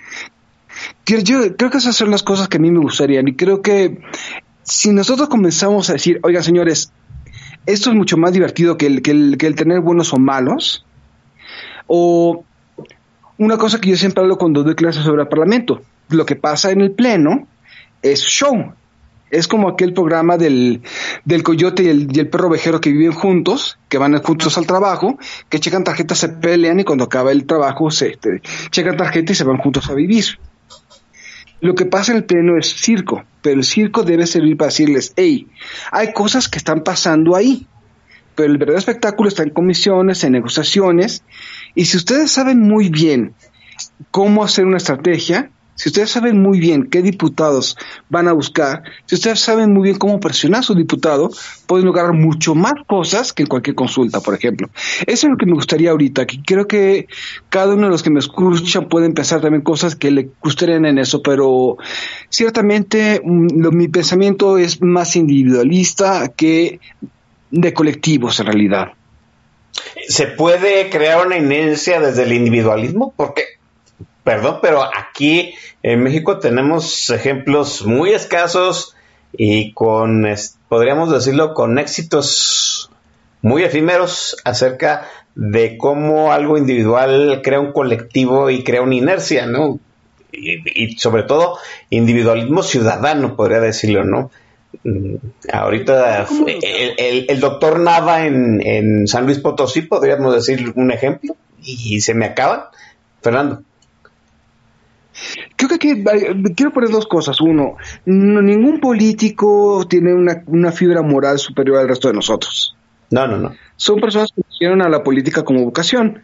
Yo creo que esas son las cosas que a mí me gustarían, y creo que si nosotros comenzamos a decir, oigan señores, esto es mucho más divertido que el tener buenos o malos, o una cosa que yo siempre hablo cuando doy clases sobre el Parlamento, lo que pasa en el Pleno es show. Es como aquel programa del coyote y el perro ovejero que viven juntos, que van juntos al trabajo, que checan tarjetas, se pelean y cuando acaba el trabajo checan tarjetas y se van juntos a vivir. Lo que pasa en el pleno es circo, pero el circo debe servir para decirles, hey, hay cosas que están pasando ahí, pero el verdadero espectáculo está en comisiones, en negociaciones, y si ustedes saben muy bien cómo hacer una estrategia, si ustedes saben muy bien qué diputados van a buscar, si ustedes saben muy bien cómo presionar a su diputado, pueden lograr mucho más cosas que en cualquier consulta, por ejemplo. Eso es lo que me gustaría ahorita, que creo que cada uno de los que me escuchan pueden pensar también cosas que le gustarían en eso, pero ciertamente mi pensamiento es más individualista que de colectivos en realidad. ¿Se puede crear una inercia desde el individualismo? Porque perdón, pero aquí en México tenemos ejemplos muy escasos y podríamos decirlo, con éxitos muy efímeros acerca de cómo algo individual crea un colectivo y crea una inercia, ¿no? Y sobre todo, individualismo ciudadano, podría decirlo, ¿no? Ahorita el doctor Nava en San Luis Potosí, podríamos decir un ejemplo, y se me acaba. Fernando. Creo que aquí quiero poner dos cosas. Uno, ningún político tiene una fibra moral superior al resto de nosotros. No. Son personas que hicieron a la política como vocación.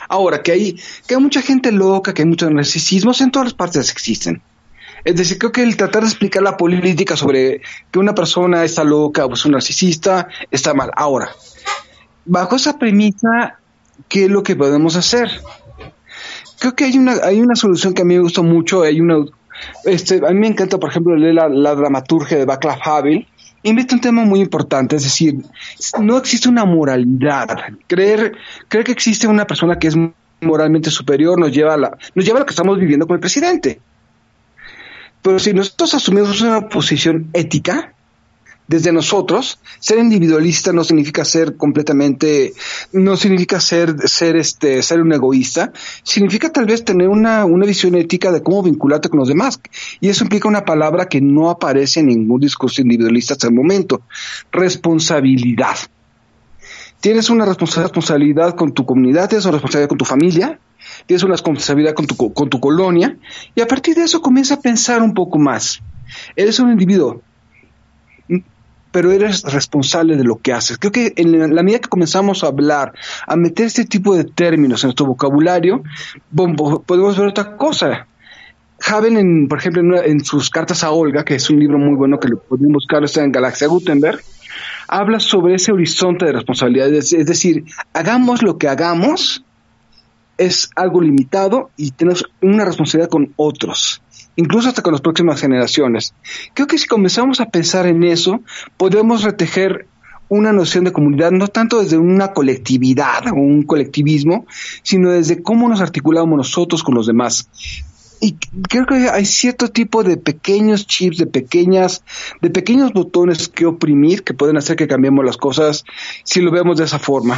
Ahora, que hay mucha gente loca, que hay muchos narcisismos, en todas las partes existen. Es decir, creo que el tratar de explicar la política sobre que una persona está loca o es un narcisista está mal. Ahora, bajo esa premisa, ¿qué es lo que podemos hacer? Creo que hay una solución que a mí me gusta mucho. A mí me encanta, por ejemplo, leer la dramaturgia de Václav Havel. Y mete un tema muy importante, es decir, no existe una moralidad. Creer que existe una persona que es moralmente superior nos lleva a lo que estamos viviendo con el presidente. Pero si nosotros asumimos una posición ética, desde nosotros, ser individualista no significa ser completamente, no significa ser un egoísta, significa tal vez tener una visión ética de cómo vincularte con los demás. Y eso implica una palabra que no aparece en ningún discurso individualista hasta el momento: responsabilidad. Tienes una responsabilidad con tu comunidad, tienes una responsabilidad con tu familia, tienes una responsabilidad con tu colonia, y a partir de eso comienza a pensar un poco más. Eres un individuo, pero eres responsable de lo que haces. Creo que en la medida que comenzamos a hablar, a meter este tipo de términos en nuestro vocabulario, podemos ver otra cosa. Havel, por ejemplo, en sus cartas a Olga, que es un libro muy bueno que lo pueden buscar, está en Galaxia Gutenberg, habla sobre ese horizonte de responsabilidades. Es decir, hagamos lo que hagamos, es algo limitado y tenemos una responsabilidad con otros, incluso hasta con las próximas generaciones. Creo que si comenzamos a pensar en eso, podemos retejer una noción de comunidad, no tanto desde una colectividad o un colectivismo, sino desde cómo nos articulamos nosotros con los demás. Y creo que hay cierto tipo de pequeños chips, de pequeños botones que oprimir, que pueden hacer que cambiemos las cosas si lo vemos de esa forma.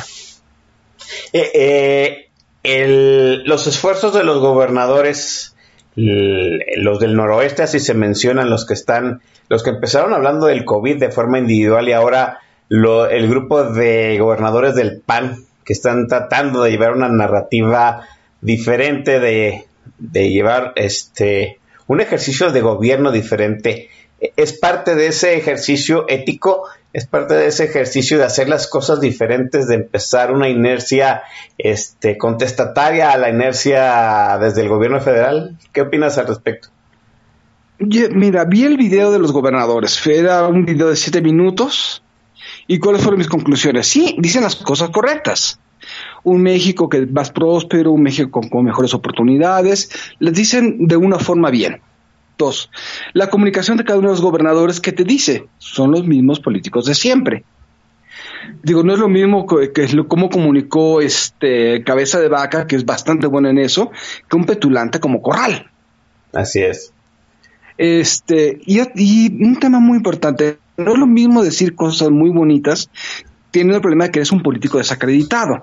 Los esfuerzos de los gobernadores, los del noroeste, así se mencionan, los que empezaron hablando del COVID de forma individual, y ahora el grupo de gobernadores del PAN, que están tratando de llevar una narrativa diferente, de llevar un ejercicio de gobierno diferente. Es parte de ese ejercicio ético, es parte de ese ejercicio de hacer las cosas diferentes, de empezar una inercia contestataria a la inercia desde el gobierno federal. ¿Qué opinas al respecto? Mira, vi el video de los gobernadores. Era un video de 7 minutos. ¿Y cuáles fueron mis conclusiones? Sí, dicen las cosas correctas. Un México que es más próspero, un México con mejores oportunidades, les dicen de una forma bien. 2, la comunicación de cada uno de los gobernadores, que te dice, son los mismos políticos de siempre. Digo, no es lo mismo cómo comunicó Cabeza de Vaca, que es bastante bueno en eso, que un petulante como Corral. Así es. Y un tema muy importante, no es lo mismo decir cosas muy bonitas, tiene el problema de que eres un político desacreditado.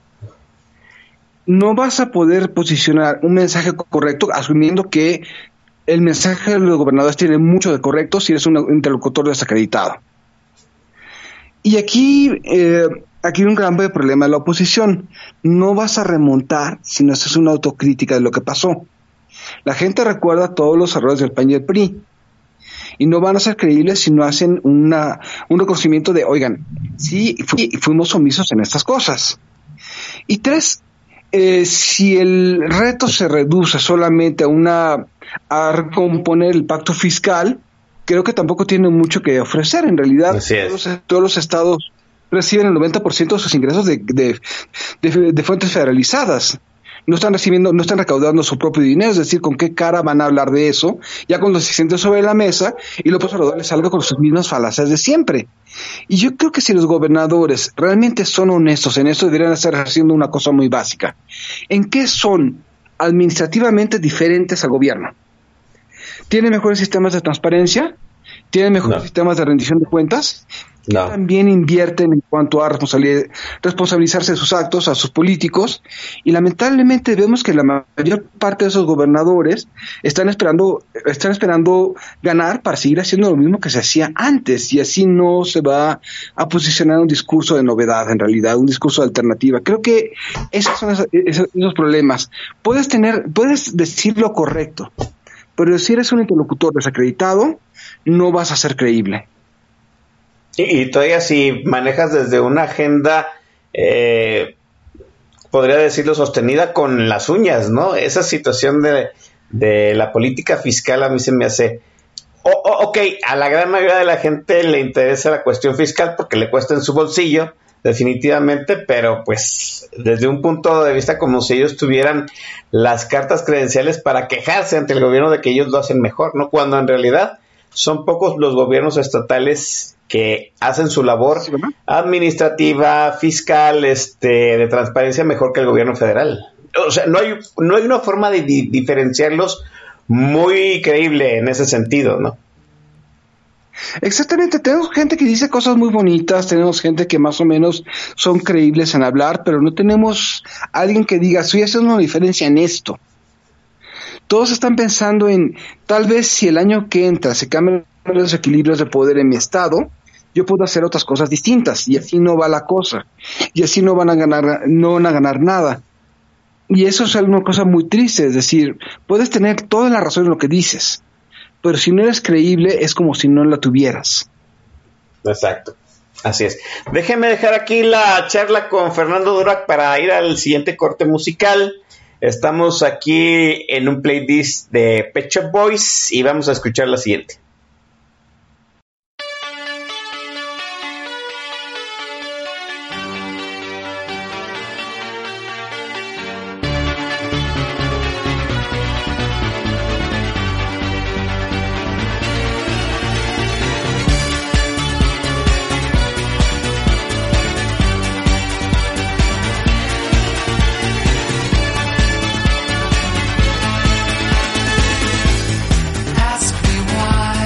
No vas a poder posicionar un mensaje correcto asumiendo que el mensaje de los gobernadores tiene mucho de correcto si eres un interlocutor desacreditado. Y aquí hay un gran problema de la oposición. No vas a remontar si no haces una autocrítica de lo que pasó. La gente recuerda todos los errores del PAN y el PRI. Y no van a ser creíbles si no hacen un reconocimiento de, oigan, sí, fuimos omisos en estas cosas. Y 3, si el reto se reduce solamente a recomponer el pacto fiscal, creo que tampoco tiene mucho que ofrecer. En realidad, todos los estados reciben el 90% de sus ingresos de fuentes federalizadas. No están recaudando su propio dinero, es decir, ¿con qué cara van a hablar de eso? Ya cuando se sienten sobre la mesa y López Obrador les salga con sus mismas falacias de siempre. Y yo creo que si los gobernadores realmente son honestos en eso, deberían estar haciendo una cosa muy básica. ¿En qué son administrativamente diferentes al gobierno? ¿Tienen mejores sistemas de transparencia? ¿Tienen mejores sistemas de rendición de cuentas? No. También invierten en cuanto a responsabilizarse de sus actos, a sus políticos, y lamentablemente vemos que la mayor parte de esos gobernadores están esperando ganar para seguir haciendo lo mismo que se hacía antes, y así no se va a posicionar un discurso de novedad, en realidad, un discurso de alternativa. Creo que esos son esos problemas. Puedes decir lo correcto, pero si eres un interlocutor desacreditado, no vas a ser creíble. Y todavía si manejas desde una agenda podría decirlo, sostenida con las uñas, ¿no? Esa situación de la política fiscal a mí se me hace... Ok, a la gran mayoría de la gente le interesa la cuestión fiscal porque le cuesta en su bolsillo, definitivamente, pero pues desde un punto de vista como si ellos tuvieran las cartas credenciales para quejarse ante el gobierno de que ellos lo hacen mejor, ¿no? Cuando en realidad son pocos los gobiernos estatales que hacen su labor administrativa, fiscal, de transparencia mejor que el gobierno federal. O sea, no hay una forma de diferenciarlos muy creíble en ese sentido, ¿no? Exactamente, tenemos gente que dice cosas muy bonitas, tenemos gente que más o menos son creíbles en hablar, pero no tenemos alguien que diga, estoy haciendo una diferencia en esto. Todos están pensando en, tal vez si el año que entra se cambian los equilibrios de poder en mi estado, yo puedo hacer otras cosas distintas, y así no va la cosa, y así no van a ganar nada. Y eso es una cosa muy triste, es decir, puedes tener toda la razón en lo que dices, pero si no eres creíble es como si no la tuvieras. Exacto, así es. Déjenme dejar aquí la charla con Fernando Durack para ir al siguiente corte musical. Estamos aquí en un playlist de Pet Shop Boys y vamos a escuchar la siguiente. Ask me why.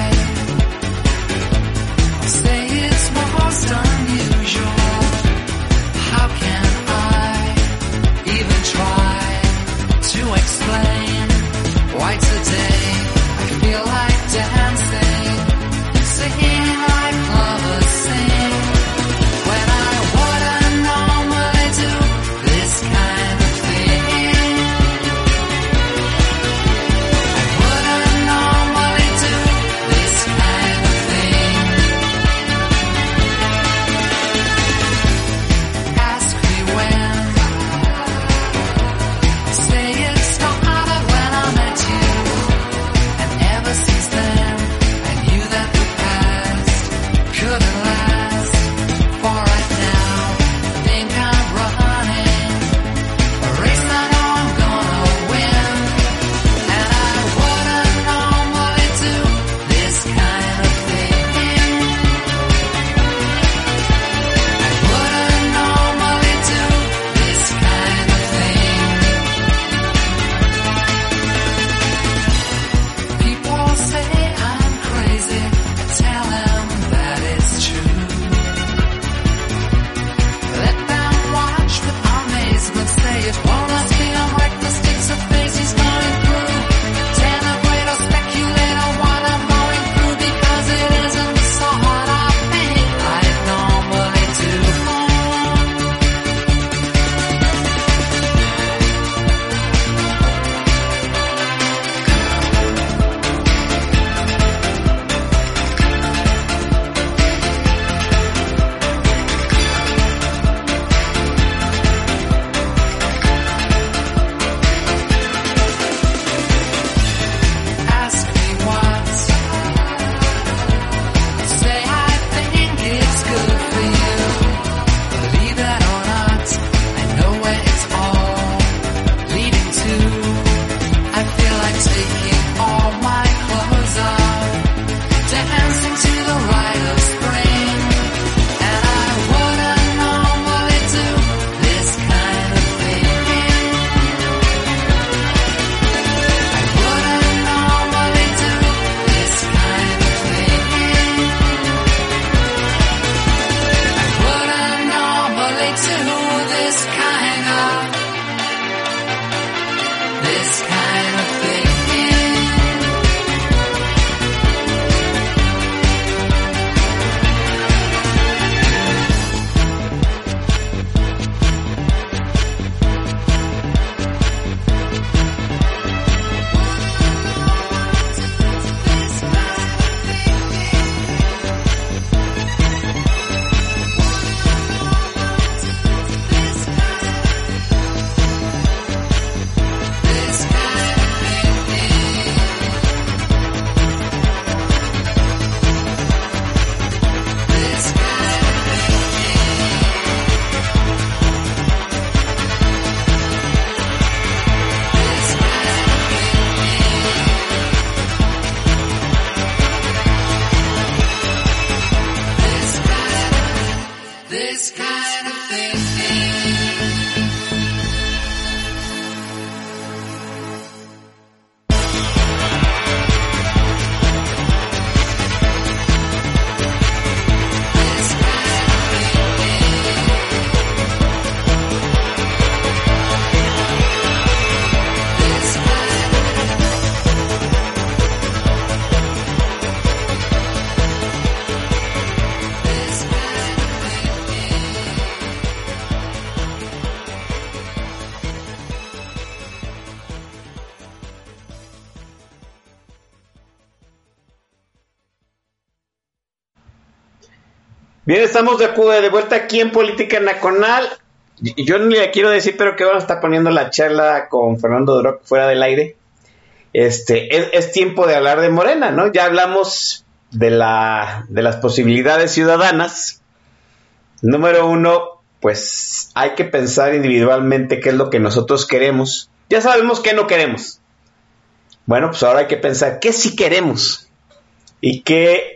Bien, estamos de vuelta aquí en Política Nacional. Yo no le quiero decir, pero que ahora está poniendo la charla con Fernando Duroc fuera del aire. Es tiempo de hablar de Morena, ¿no? Ya hablamos de las posibilidades ciudadanas. Número uno, pues hay que pensar individualmente qué es lo que nosotros queremos. Ya sabemos qué no queremos. Bueno, pues ahora hay que pensar qué sí queremos y qué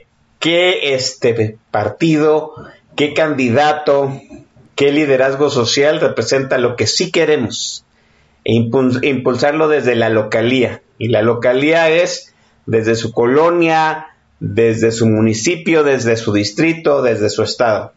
partido, qué candidato, qué liderazgo social representa lo que sí queremos e impulsarlo desde la localía. Y la localía es desde su colonia, desde su municipio, desde su distrito, desde su estado.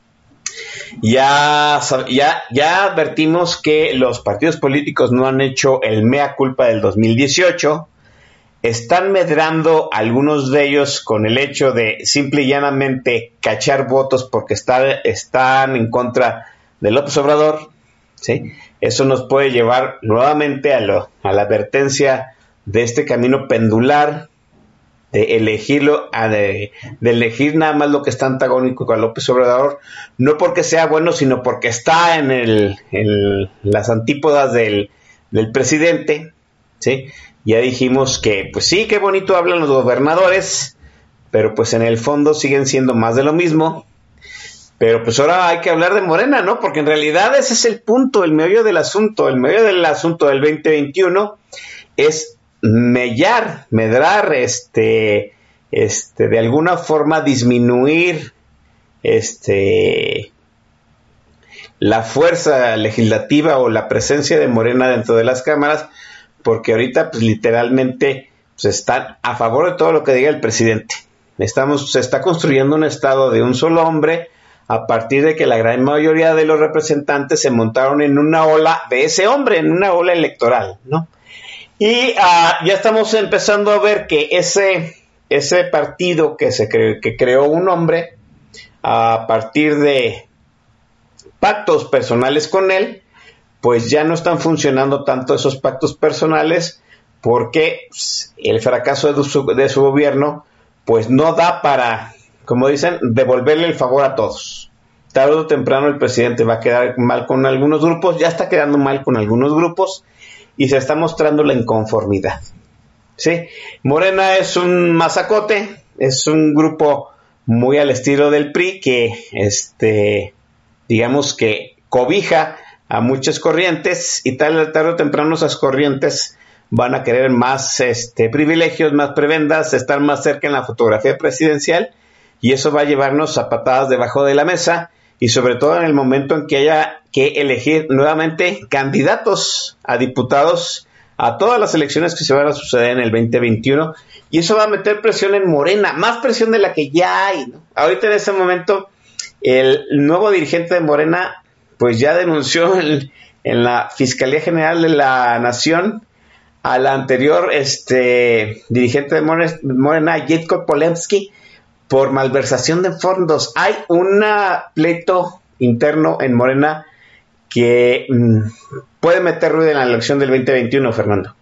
Ya advertimos que los partidos políticos no han hecho el mea culpa del 2018. Están medrando algunos de ellos con el hecho de simple y llanamente cachar votos porque están en contra de López Obrador, ¿sí? Eso nos puede llevar nuevamente a la advertencia de este camino pendular de elegir nada más lo que está antagónico con López Obrador, no porque sea bueno, sino porque está en las antípodas del presidente, ¿sí? Ya dijimos que, pues sí, qué bonito hablan los gobernadores, pero pues en el fondo siguen siendo más de lo mismo. Pero pues ahora hay que hablar de Morena, ¿no? Porque en realidad ese es el punto, el meollo del asunto. El meollo del asunto del 2021 es medrar, de alguna forma disminuir, la fuerza legislativa o la presencia de Morena dentro de las cámaras, porque ahorita pues literalmente pues, están a favor de todo lo que diga el presidente. Se está construyendo un estado de un solo hombre a partir de que la gran mayoría de los representantes se montaron en una ola de ese hombre, en una ola electoral, ¿no? Y ya estamos empezando a ver que ese partido que creó un hombre a partir de pactos personales con él, pues ya no están funcionando tanto esos pactos personales porque el fracaso de su gobierno pues no da para, como dicen, devolverle el favor a todos. Tarde o temprano el presidente va a quedar mal con algunos grupos, ya está quedando mal con algunos grupos y se está mostrando la inconformidad. ¿Sí? Morena es un mazacote, es un grupo muy al estilo del PRI que, digamos que cobija a muchas corrientes y tarde o temprano esas corrientes van a querer más privilegios, más prebendas, estar más cerca en la fotografía presidencial y eso va a llevarnos a patadas debajo de la mesa y sobre todo en el momento en que haya que elegir nuevamente candidatos a diputados a todas las elecciones que se van a suceder en el 2021 y eso va a meter presión en Morena, más presión de la que ya hay, ¿no? Ahorita en este momento el nuevo dirigente de Morena pues ya denunció en la Fiscalía General de la Nación a la anterior dirigente de Morena, Jacob Polensky, por malversación de fondos. Hay un pleito interno en Morena que puede meter ruido en la elección del 2021, Fernando.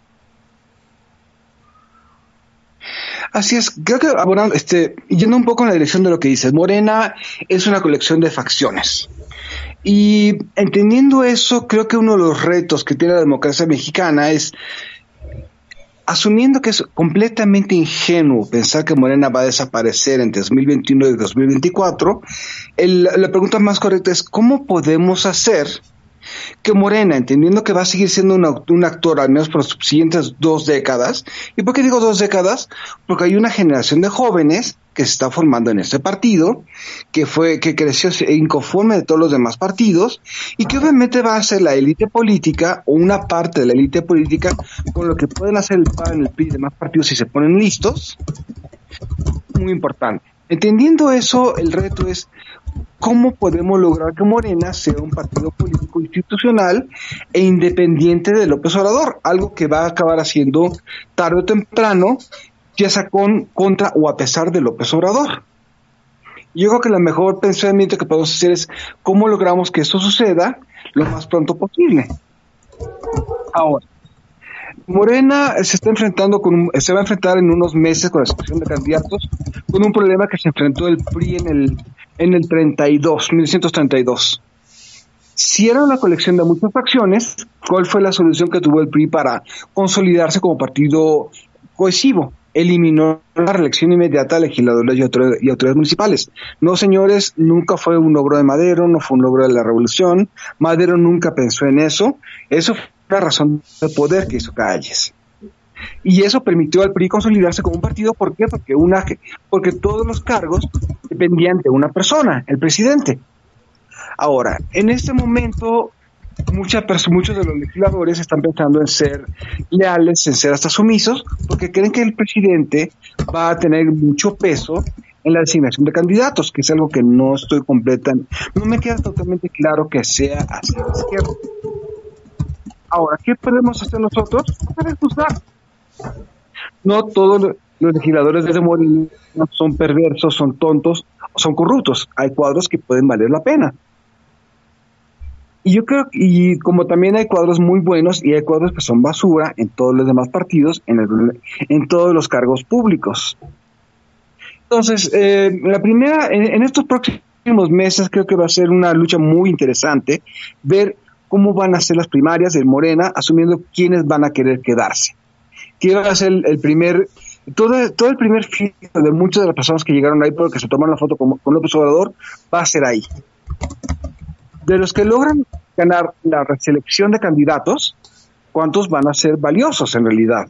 Así es, creo que yendo un poco en la dirección de lo que dices, Morena es una colección de facciones. Y entendiendo eso, creo que uno de los retos que tiene la democracia mexicana es, asumiendo que es completamente ingenuo pensar que Morena va a desaparecer entre 2021 y 2024, la pregunta más correcta es ¿cómo podemos hacer que Morena, entendiendo que va a seguir siendo un actor al menos por las siguientes 2 décadas? ¿Y por qué digo 2 décadas? Porque hay una generación de jóvenes que se está formando en este partido, que creció inconforme de todos los demás partidos, y que obviamente va a ser la élite política, o una parte de la élite política, con lo que pueden hacer el PAN, el PRI y demás partidos si se ponen listos, muy importante. Entendiendo eso, el reto es ¿cómo podemos lograr que Morena sea un partido político institucional e independiente de López Obrador? Algo que va a acabar haciendo tarde o temprano, ya sea contra o a pesar de López Obrador. Yo creo que el mejor pensamiento que podemos hacer es cómo logramos que eso suceda lo más pronto posible. Ahora, Morena se va a enfrentar en unos meses con la selección de candidatos con un problema que se enfrentó el PRI en el 1932. Si era una colección de muchas facciones, ¿cuál fue la solución que tuvo el PRI para consolidarse como partido cohesivo? Eliminó la reelección inmediata a legisladores y autoridades municipales. No, señores, nunca fue un logro de Madero, no fue un logro de la revolución. Madero nunca pensó en eso. Eso fue la razón de poder que hizo Calles. Y eso permitió al PRI consolidarse como un partido. ¿Por qué? Porque todos los cargos dependían de una persona, el presidente. Ahora, en este momento, muchos de los legisladores están pensando en ser leales, en ser hasta sumisos, porque creen que el presidente va a tener mucho peso en la designación de candidatos, que es algo que no me queda totalmente claro que sea hacia la izquierda. Ahora, ¿qué podemos hacer nosotros? Podemos juzgar. No todos los legisladores de Morena son perversos, son tontos, son corruptos. Hay cuadros que pueden valer la pena. Y yo creo, y como también hay cuadros muy buenos y hay cuadros que son basura en todos los demás partidos, en todos los cargos públicos. Entonces, la primera, en estos próximos meses creo que va a ser una lucha muy interesante, ver cómo van a ser las primarias de Morena, asumiendo quiénes van a querer quedarse. ¿Quién va a ser el primer, todo el primer filtro de muchas de las personas que llegaron ahí porque se tomaron la foto con López Obrador, va a ser ahí. De los que logran ganar la reselección de candidatos, ¿cuántos van a ser valiosos en realidad?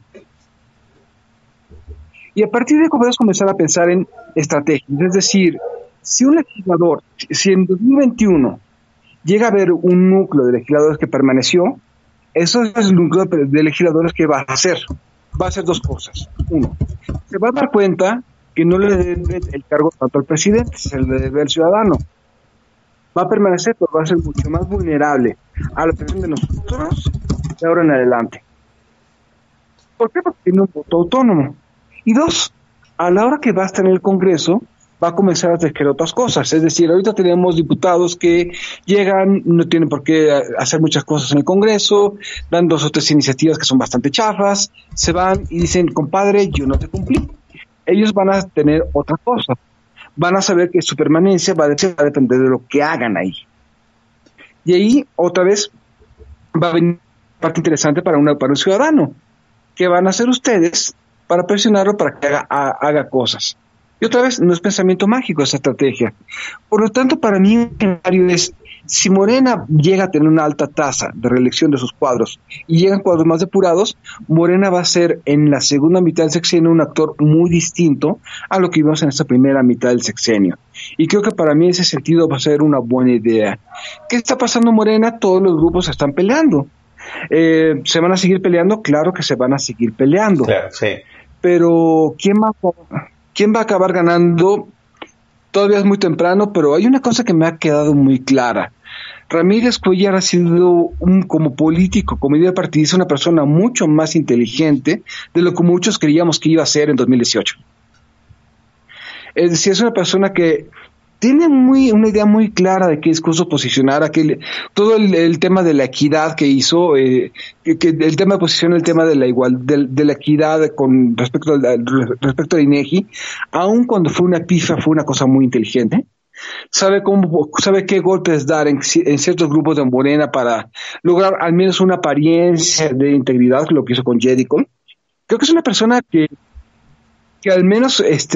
Y a partir de ahí podemos comenzar a pensar en estrategias. Es decir, si un legislador, si en 2021 llega a haber un núcleo de legisladores que permaneció, eso es el núcleo de legisladores que va a hacer. Va a hacer dos cosas. Uno, se va a dar cuenta que no le debe el cargo tanto al presidente, se le debe al ciudadano. Va a permanecer, pero va a ser mucho más vulnerable a la presión de nosotros de ahora en adelante. ¿Por qué? Porque tiene un voto autónomo. Y dos, a la hora que va a estar en el Congreso, va a comenzar a tejer otras cosas. Es decir, ahorita tenemos diputados que llegan, no tienen por qué hacer muchas cosas en el Congreso, dan 2 o 3 iniciativas que son bastante chafas, se van y dicen, compadre, yo no te cumplí. Ellos van a tener otra cosa. Van a saber que su permanencia va a depender de lo que hagan ahí. Y ahí, otra vez, va a venir una parte interesante para un ciudadano. ¿Qué van a hacer ustedes para presionarlo para que haga cosas? Y otra vez, no es pensamiento mágico esa estrategia. Por lo tanto, para mí, el escenario es, si Morena llega a tener una alta tasa de reelección de sus cuadros y llegan cuadros más depurados, Morena va a ser en la segunda mitad del sexenio un actor muy distinto a lo que vimos en esta primera mitad del sexenio. Y creo que para mí ese sentido va a ser una buena idea. ¿Qué está pasando en Morena? Todos los grupos se están peleando. ¿Se van a seguir peleando? Claro que se van a seguir peleando. Claro, sí. Pero ¿quién va a acabar ganando? Todavía es muy temprano, pero hay una cosa que me ha quedado muy clara. Ramírez Cuellar ha sido, como político, como líder partidista, una persona mucho más inteligente de lo que muchos creíamos que iba a ser en 2018. Es decir, es una persona que tiene una idea muy clara de qué discurso posicionar, todo el tema de la equidad que hizo, el tema de posición, el tema de la de la equidad con respecto al INEGI, aun cuando fue una pifa, fue una cosa muy inteligente. Sabe qué golpes dar en ciertos grupos de Morena para lograr al menos una apariencia de integridad, lo que hizo con Jedicon. Creo que es una persona que al menos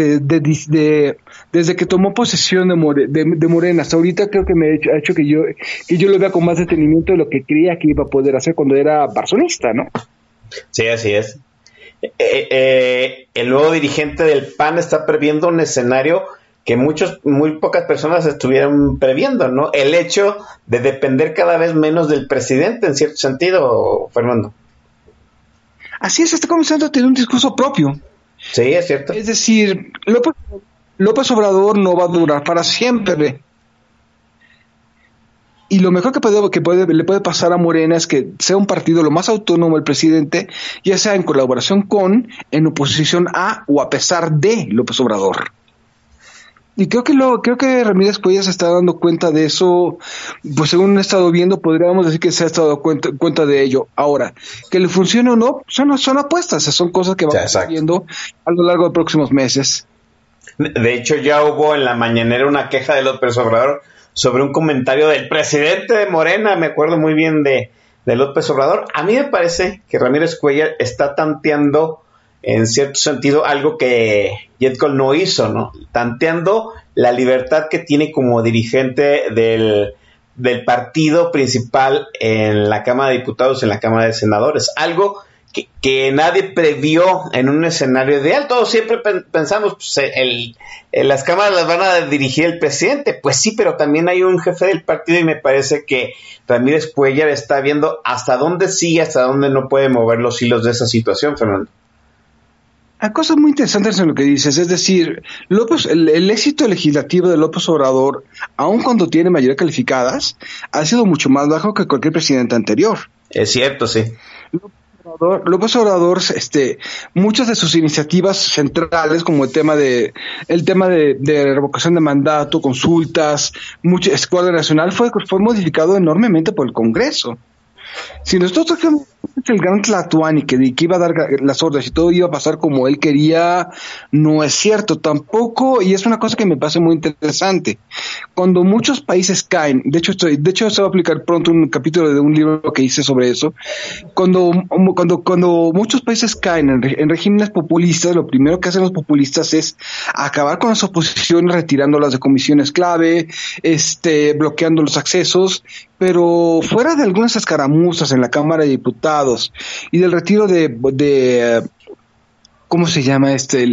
desde que tomó posesión de Morena hasta ahorita, creo que me ha hecho que yo lo vea con más detenimiento de lo que creía que iba a poder hacer cuando era barzonista, ¿no? Sí, así es. El nuevo dirigente del PAN está previendo un escenario que muy pocas personas estuvieran previendo, ¿no? El hecho de depender cada vez menos del presidente, en cierto sentido, Fernando. Así es, está comenzando a tener un discurso propio. Sí, es cierto. Es decir, López Obrador no va a durar para siempre. Y lo mejor que le puede pasar a Morena es que sea un partido lo más autónomo el presidente, ya sea en colaboración con, en oposición a o a pesar de López Obrador. Y creo que Ramírez Cuellar se está dando cuenta de eso, pues según he estado viendo, podríamos decir que se ha estado dando cuenta de ello. Ahora, que le funcione o no, son apuestas, son cosas que vamos viendo a lo largo de próximos meses. De hecho, ya hubo en la mañanera una queja de López Obrador sobre un comentario del presidente de Morena, me acuerdo muy bien de López Obrador. A mí me parece que Ramírez Cuellar está tanteando, en cierto sentido, algo que Yetkol no hizo, ¿no? Tanteando la libertad que tiene como dirigente del partido principal en la Cámara de Diputados, en la Cámara de Senadores. Algo que nadie previó en un escenario ideal. Todos siempre pensamos, pues, las cámaras las van a dirigir el presidente. Pues sí, pero también hay un jefe del partido y me parece que Ramírez Cuellar está viendo hasta dónde sí y hasta dónde no puede mover los hilos de esa situación, Fernando. Hay cosas muy interesantes en lo que dices, es decir, el éxito legislativo de López Obrador, aun cuando tiene mayoría calificadas, ha sido mucho más bajo que cualquier presidente anterior. Es cierto, sí. López Obrador, muchas de sus iniciativas centrales, como el tema de revocación de mandato, consultas, mucho Guardia Nacional, fue modificado enormemente por el Congreso. Si nosotros creemos que el gran Tlatuani que iba a dar las órdenes y todo iba a pasar como él quería, no es cierto tampoco, y es una cosa que me parece muy interesante. Cuando muchos países caen, de hecho se va a aplicar pronto un capítulo de un libro que hice sobre eso, cuando muchos países caen en regímenes populistas, lo primero que hacen los populistas es acabar con las oposiciones, retirándolas de comisiones clave, bloqueando los accesos, pero fuera de algunas escaramuzas en la Cámara de Diputados y del retiro de ¿cómo se llama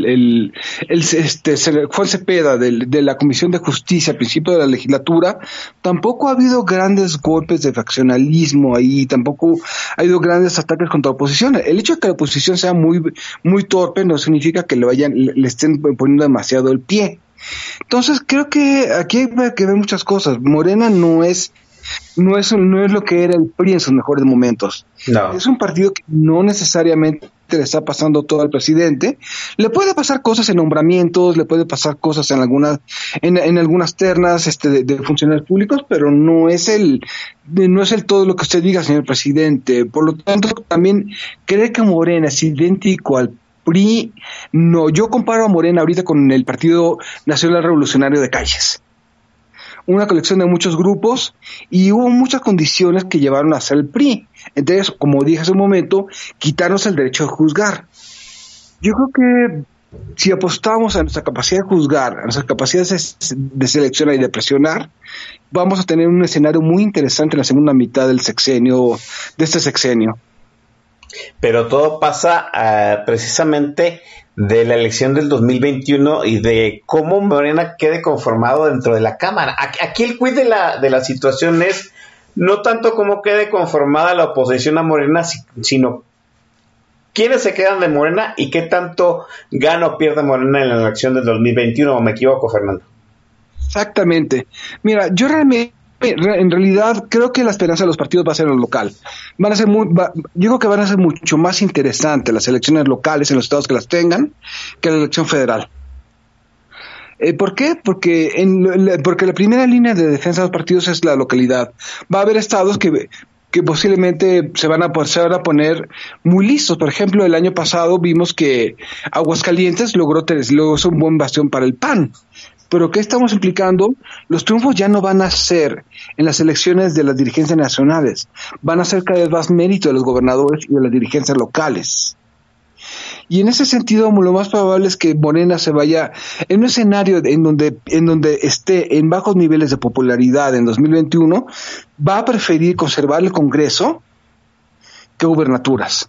Juan Cepeda de la Comisión de Justicia al principio de la legislatura, tampoco ha habido grandes golpes de faccionalismo ahí, tampoco ha habido grandes ataques contra la oposición. El hecho de que la oposición sea muy, muy torpe no significa que le estén poniendo demasiado el pie. Entonces creo que aquí hay que ver muchas cosas. Morena no es lo que era el PRI en sus mejores momentos. No. Es un partido que no necesariamente le está pasando todo al presidente. Le puede pasar cosas en nombramientos, le puede pasar cosas en algunas ternas de funcionarios públicos, pero no es el todo lo que usted diga, señor presidente. Por lo tanto, también cree que Morena es idéntico al PRI. No, yo comparo a Morena ahorita con el Partido Nacional Revolucionario de Calles. Una colección de muchos grupos y hubo muchas condiciones que llevaron a ser el PRI. Entonces, como dije hace un momento, quitarnos el derecho de juzgar. Yo creo que si apostamos a nuestra capacidad de juzgar, a nuestras capacidades de seleccionar y de presionar, vamos a tener un escenario muy interesante en la segunda mitad de este sexenio. Pero todo pasa precisamente de la elección del 2021 y de cómo Morena quede conformado dentro de la Cámara. Aquí el quid de la situación es no tanto cómo quede conformada la oposición a Morena, sino quiénes se quedan de Morena y qué tanto gana o pierde Morena en la elección del 2021, ¿o me equivoco, Fernando? Exactamente. Mira, yo en realidad creo que la esperanza de los partidos va a ser en lo local. Yo creo que van a ser mucho más interesantes las elecciones locales en los estados que las tengan que la elección federal. ¿Por qué? Porque la primera línea de defensa de los partidos es la localidad. Va a haber estados que posiblemente se van a poner muy listos. Por ejemplo, el año pasado vimos que Aguascalientes logró ser un buen bastión para el PAN. Pero ¿qué estamos implicando? Los triunfos ya no van a ser en las elecciones de las dirigencias nacionales, van a ser cada vez más mérito de los gobernadores y de las dirigencias locales. Y en ese sentido, lo más probable es que Morena se vaya en un escenario en donde esté en bajos niveles de popularidad en 2021, va a preferir conservar el Congreso que gubernaturas.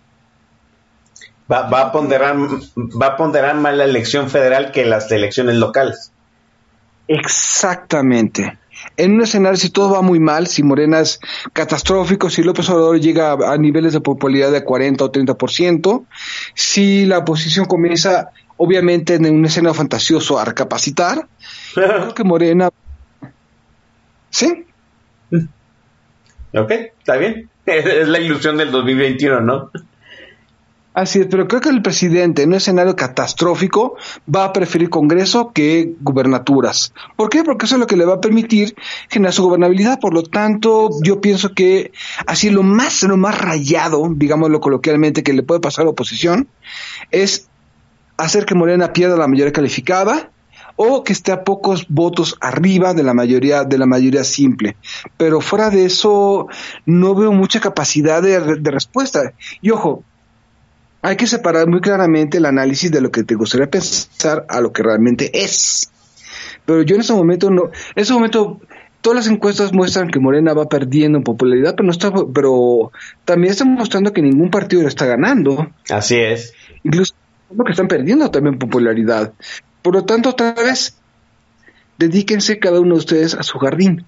Va a ponderar más la elección federal que las elecciones locales. Exactamente. En un escenario, si todo va muy mal, si Morena es catastrófico, si López Obrador llega a niveles de popularidad de 40 o 30%, si la oposición comienza, obviamente, en un escenario fantasioso a recapacitar, creo que Morena... ¿Sí? Ok, está bien. Es la ilusión del 2021, ¿no? Así es, pero creo que el presidente en un escenario catastrófico va a preferir Congreso que gubernaturas. ¿Por qué? Porque eso es lo que le va a permitir generar su gobernabilidad. Por lo tanto, yo pienso que así lo más rayado, digámoslo coloquialmente, que le puede pasar a la oposición es hacer que Morena pierda la mayoría calificada o que esté a pocos votos arriba de la mayoría simple. Pero fuera de eso, no veo mucha capacidad de respuesta. Y ojo, hay que separar muy claramente el análisis de lo que te gustaría pensar a lo que realmente es. Pero yo en ese momento todas las encuestas muestran que Morena va perdiendo en popularidad, pero también están mostrando que ningún partido lo está ganando. Así es. Incluso lo que están perdiendo también popularidad. Por lo tanto, otra vez, dedíquense cada uno de ustedes a su jardín.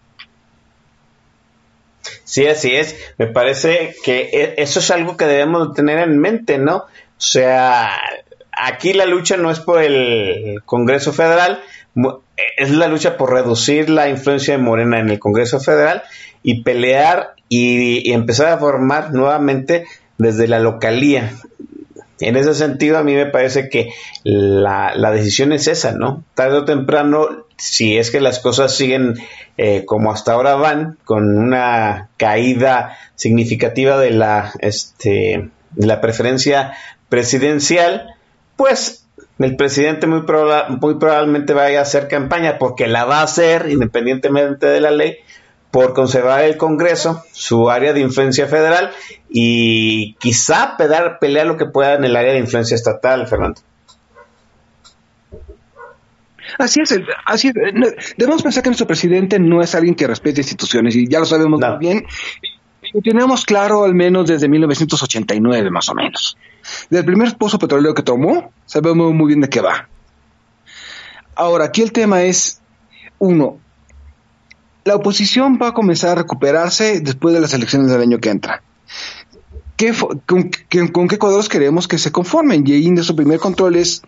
Sí, así es. Me parece que eso es algo que debemos tener en mente, ¿no? O sea, aquí la lucha no es por el Congreso Federal, es la lucha por reducir la influencia de Morena en el Congreso Federal y pelear y empezar a formar nuevamente desde la localía. En ese sentido, a mí me parece que la decisión es esa, ¿no? Tarde o temprano, si es que las cosas siguen como hasta ahora van, con una caída significativa de la preferencia presidencial, pues el presidente muy probablemente vaya a hacer campaña, porque la va a hacer, independientemente de la ley, por conservar el Congreso, su área de influencia federal, y quizá pelear lo que pueda en el área de influencia estatal, Fernando. Así es. Debemos pensar que nuestro presidente no es alguien que respete instituciones, y ya lo sabemos muy bien. Lo tenemos claro al menos desde 1989, más o menos. Del primer pozo petrolero que tomó, sabemos muy bien de qué va. Ahora, aquí el tema es, uno, la oposición va a comenzar a recuperarse después de las elecciones del año que entra. ¿Con qué cuadros queremos que se conformen? Y ahí nuestro primer control es,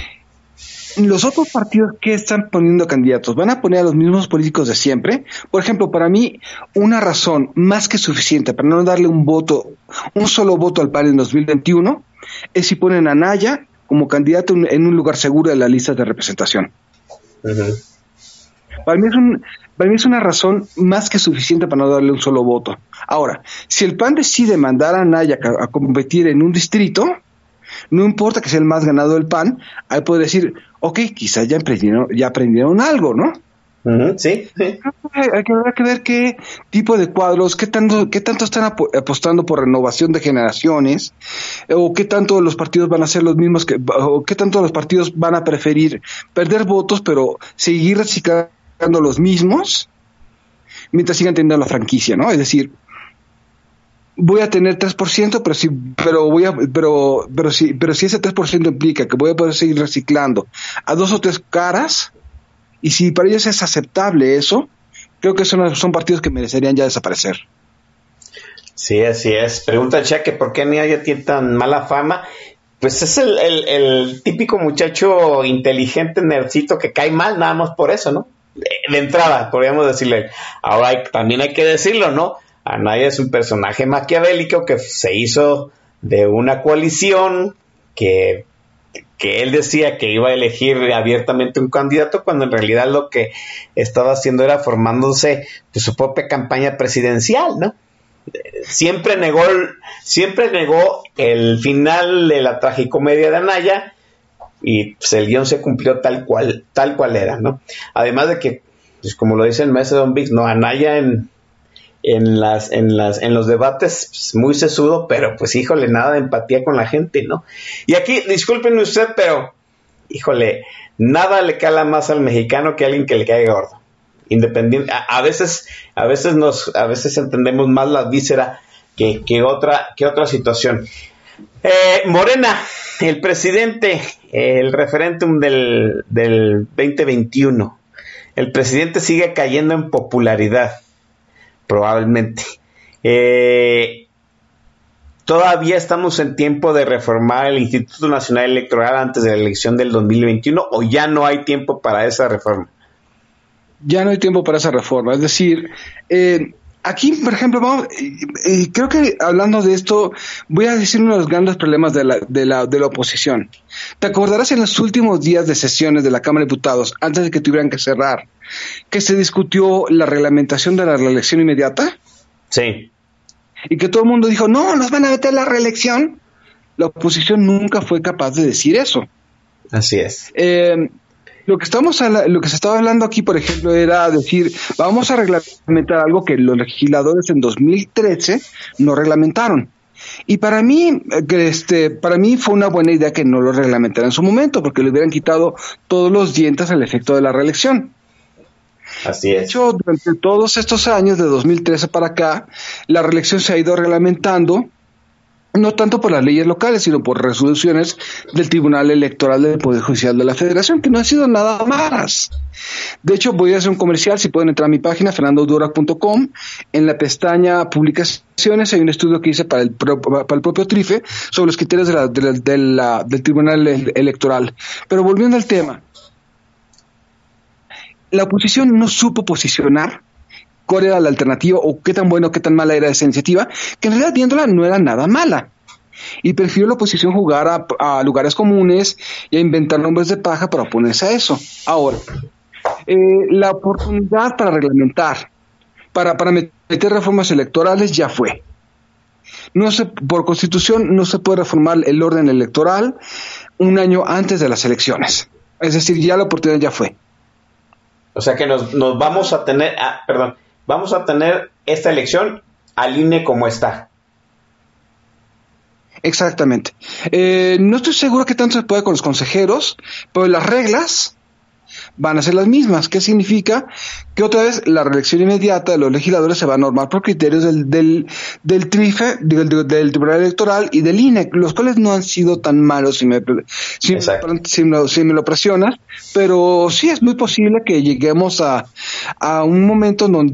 los otros partidos que están poniendo candidatos, ¿van a poner a los mismos políticos de siempre? Por ejemplo, para mí, una razón más que suficiente para no darle un solo voto al PAN en 2021, es si ponen a Anaya como candidato en un lugar seguro de las listas de representación. Uh-huh. Para mí es una razón más que suficiente para no darle un solo voto. Ahora, si el PAN decide mandar a Anaya a competir en un distrito, no importa que sea el más ganado del PAN, ahí puede decir, ok, quizás ya aprendieron algo, ¿no? Uh-huh, sí. Hay que ver qué tipo de cuadros, qué tanto están apostando por renovación de generaciones, o qué tanto los partidos van a ser los mismos, o qué tanto los partidos van a preferir perder votos, pero seguir reciclando los mismos mientras sigan teniendo la franquicia, ¿no? Es decir, voy a tener 3%, pero si ese 3% implica que voy a poder seguir reciclando a 2 o 3 caras, y si para ellos es aceptable eso, creo que son partidos que merecerían ya desaparecer. Sí, así es. Pregunta Chaque, ¿por qué Anaya tiene tan mala fama? Pues es el típico muchacho inteligente, nerdcito, que cae mal nada más por eso, ¿no? De entrada, podríamos decirle. Ahora también hay que decirlo, ¿no? Anaya es un personaje maquiavélico que se hizo de una coalición que él decía que iba a elegir abiertamente un candidato, cuando en realidad lo que estaba haciendo era formándose pues, su propia campaña presidencial, ¿no? Siempre negó el final de la tragicomedia de Anaya, y pues, el guión se cumplió tal cual era, ¿no? Además de que, pues, como lo dice el maestro Don Vix, no, Anaya en los debates, pues, muy sesudo, pero pues híjole, nada de empatía con la gente, ¿no? Y aquí, discúlpenme usted, pero híjole, nada le cala más al mexicano que a alguien que le caiga gordo. Independiente, a veces entendemos más la víscera que otra situación. Morena, el presidente, el referéndum del 2021, el presidente sigue cayendo en popularidad. Probablemente. ¿Todavía estamos en tiempo de reformar el Instituto Nacional Electoral antes de la elección del 2021 o ya no hay tiempo para esa reforma? Ya no hay tiempo para esa reforma. Es decir, aquí, por ejemplo, creo que hablando de esto, voy a decir uno de los grandes problemas de la oposición. ¿Te acordarás en los últimos días de sesiones de la Cámara de Diputados, antes de que tuvieran que cerrar, que se discutió la reglamentación de la reelección inmediata? Sí. Y que todo el mundo dijo, no, nos van a meter la reelección. La oposición nunca fue capaz de decir eso. Así es. Lo que se estaba hablando aquí, por ejemplo, era decir, vamos a reglamentar algo que los legisladores en 2013 no reglamentaron. Y para mí fue una buena idea que no lo reglamentaran en su momento, porque le hubieran quitado todos los dientes al efecto de la reelección. Así es. De hecho, durante todos estos años, de 2013 para acá, la reelección se ha ido reglamentando, no tanto por las leyes locales, sino por resoluciones del Tribunal Electoral del Poder Judicial de la Federación, que no han sido nada malas. De hecho, voy a hacer un comercial, si pueden entrar a mi página, fernandodura.com, en la pestaña Publicaciones hay un estudio que hice para el propio TRIFE sobre los criterios del Tribunal Electoral. Pero volviendo al tema, la oposición no supo posicionar cuál era la alternativa o qué tan buena o qué tan mala era esa iniciativa, que en realidad viéndola no era nada mala. Y prefirió la oposición jugar a lugares comunes y a inventar nombres de paja para oponerse a eso. Ahora, la oportunidad para reglamentar, para meter reformas electorales ya fue. Por constitución no se puede reformar el orden electoral un año antes de las elecciones. Es decir, ya la oportunidad ya fue. O sea que nos vamos a tener, vamos a tener esta elección al INE como está. Exactamente. No estoy seguro que tanto se puede con los consejeros, pero las reglas van a ser las mismas. ¿Qué significa? Que otra vez la reelección inmediata de los legisladores se va a normar por criterios del TRIFE, del Tribunal Electoral y del INE, los cuales no han sido tan malos si me lo presionas, pero sí es muy posible que lleguemos a un momento en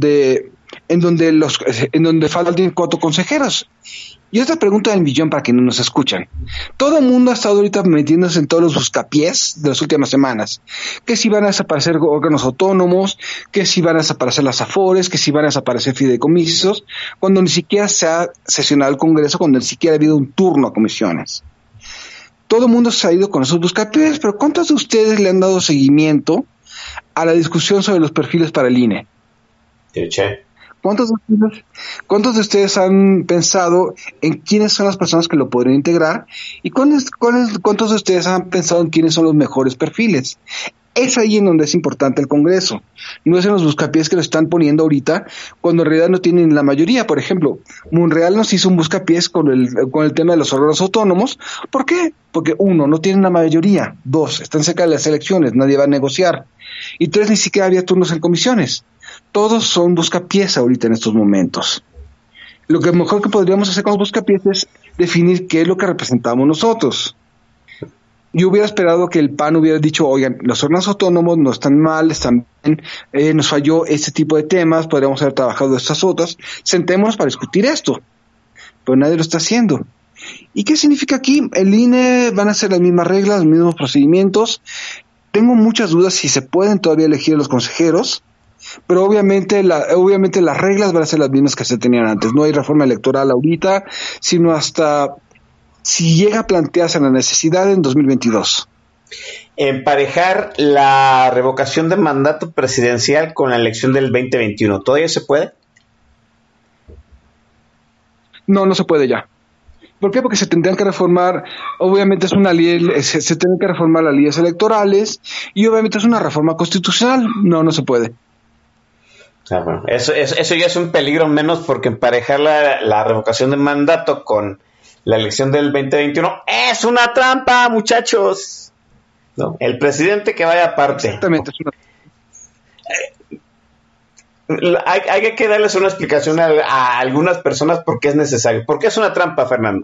donde faltan 4 consejeros. Y esta pregunta del millón para quienes nos escuchan. Todo el mundo ha estado ahorita metiéndose en todos los buscapiés de las últimas semanas. Que si van a desaparecer órganos autónomos, que si van a desaparecer las AFORES, que si van a desaparecer fideicomisos, cuando ni siquiera se ha sesionado el Congreso, cuando ni siquiera ha habido un turno a comisiones. Todo el mundo se ha ido con esos buscapiés, pero ¿cuántos de ustedes le han dado seguimiento a la discusión sobre los perfiles para el INE? Che. ¿Cuántos de ustedes han pensado en quiénes son las personas que lo podrían integrar? ¿Y cuántos de ustedes han pensado en quiénes son los mejores perfiles? Es ahí en donde es importante el Congreso. No es en los buscapiés que lo están poniendo ahorita, cuando en realidad no tienen la mayoría. Por ejemplo, Monreal nos hizo un buscapiés con el tema de los órganos autónomos. ¿Por qué? Porque 1, no tienen la mayoría. 2, están cerca de las elecciones, nadie va a negociar. Y 3, ni siquiera había turnos en comisiones. Todos son buscapiés ahorita en estos momentos. Lo que mejor que podríamos hacer con los buscapiés es definir qué es lo que representamos nosotros. Yo hubiera esperado que el PAN hubiera dicho, oigan, los órganos autónomos no están mal, están bien, nos falló este tipo de temas, podríamos haber trabajado estas otras, sentémonos para discutir esto. Pero nadie lo está haciendo. ¿Y qué significa aquí? El INE van a ser las mismas reglas, los mismos procedimientos. Tengo muchas dudas si se pueden todavía elegir a los consejeros, pero obviamente las reglas van a ser las mismas que se tenían antes. No hay reforma electoral ahorita, sino hasta si llega a plantearse la necesidad en 2022. Emparejar la revocación de mandato presidencial con la elección del 2021, ¿todavía se puede? No se puede ya. ¿Por qué? Porque se tendrían que reformar, obviamente es una ley, se tienen que reformar las leyes electorales y obviamente es una reforma constitucional. No se puede. Bueno, eso ya es un peligro menos, porque emparejar la revocación de mandato con la elección del 2021 es una trampa, muchachos. ¿No? El presidente que vaya aparte. Exactamente. Hay que darles una explicación a algunas personas por qué es necesario. ¿Por qué es una trampa, Fernando?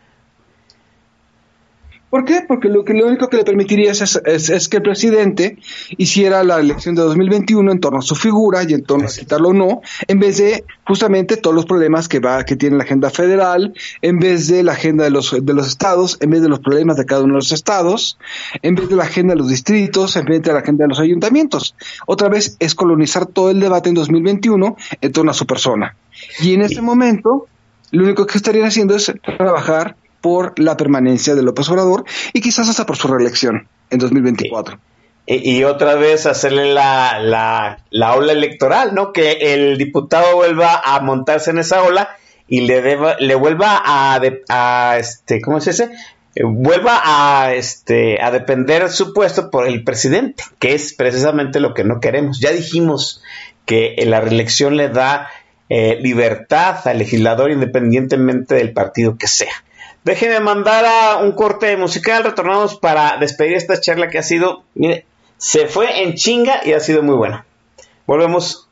¿Por qué? Porque lo único que le permitiría es que el presidente hiciera la elección de 2021 en torno a su figura y en torno a quitarlo o no, en vez de justamente todos los problemas que tiene la agenda federal, en vez de la agenda de los estados, en vez de los problemas de cada uno de los estados, en vez de la agenda de los distritos, en vez de la agenda de los ayuntamientos. Otra vez es colonizar todo el debate en 2021 en torno a su persona. Y en ese momento, lo único que estarían haciendo es trabajar por la permanencia de López Obrador y quizás hasta por su reelección en 2024. Y otra vez hacerle la ola electoral, ¿no? Que el diputado vuelva a montarse en esa ola y le vuelva a ¿cómo se dice? vuelva a depender su puesto por el presidente, que es precisamente lo que no queremos. Ya dijimos que la reelección le da libertad al legislador independientemente del partido que sea. Déjenme mandar a un corte musical, retornamos para despedir esta charla que ha sido, mire, se fue en chinga y ha sido muy buena. Volvemos.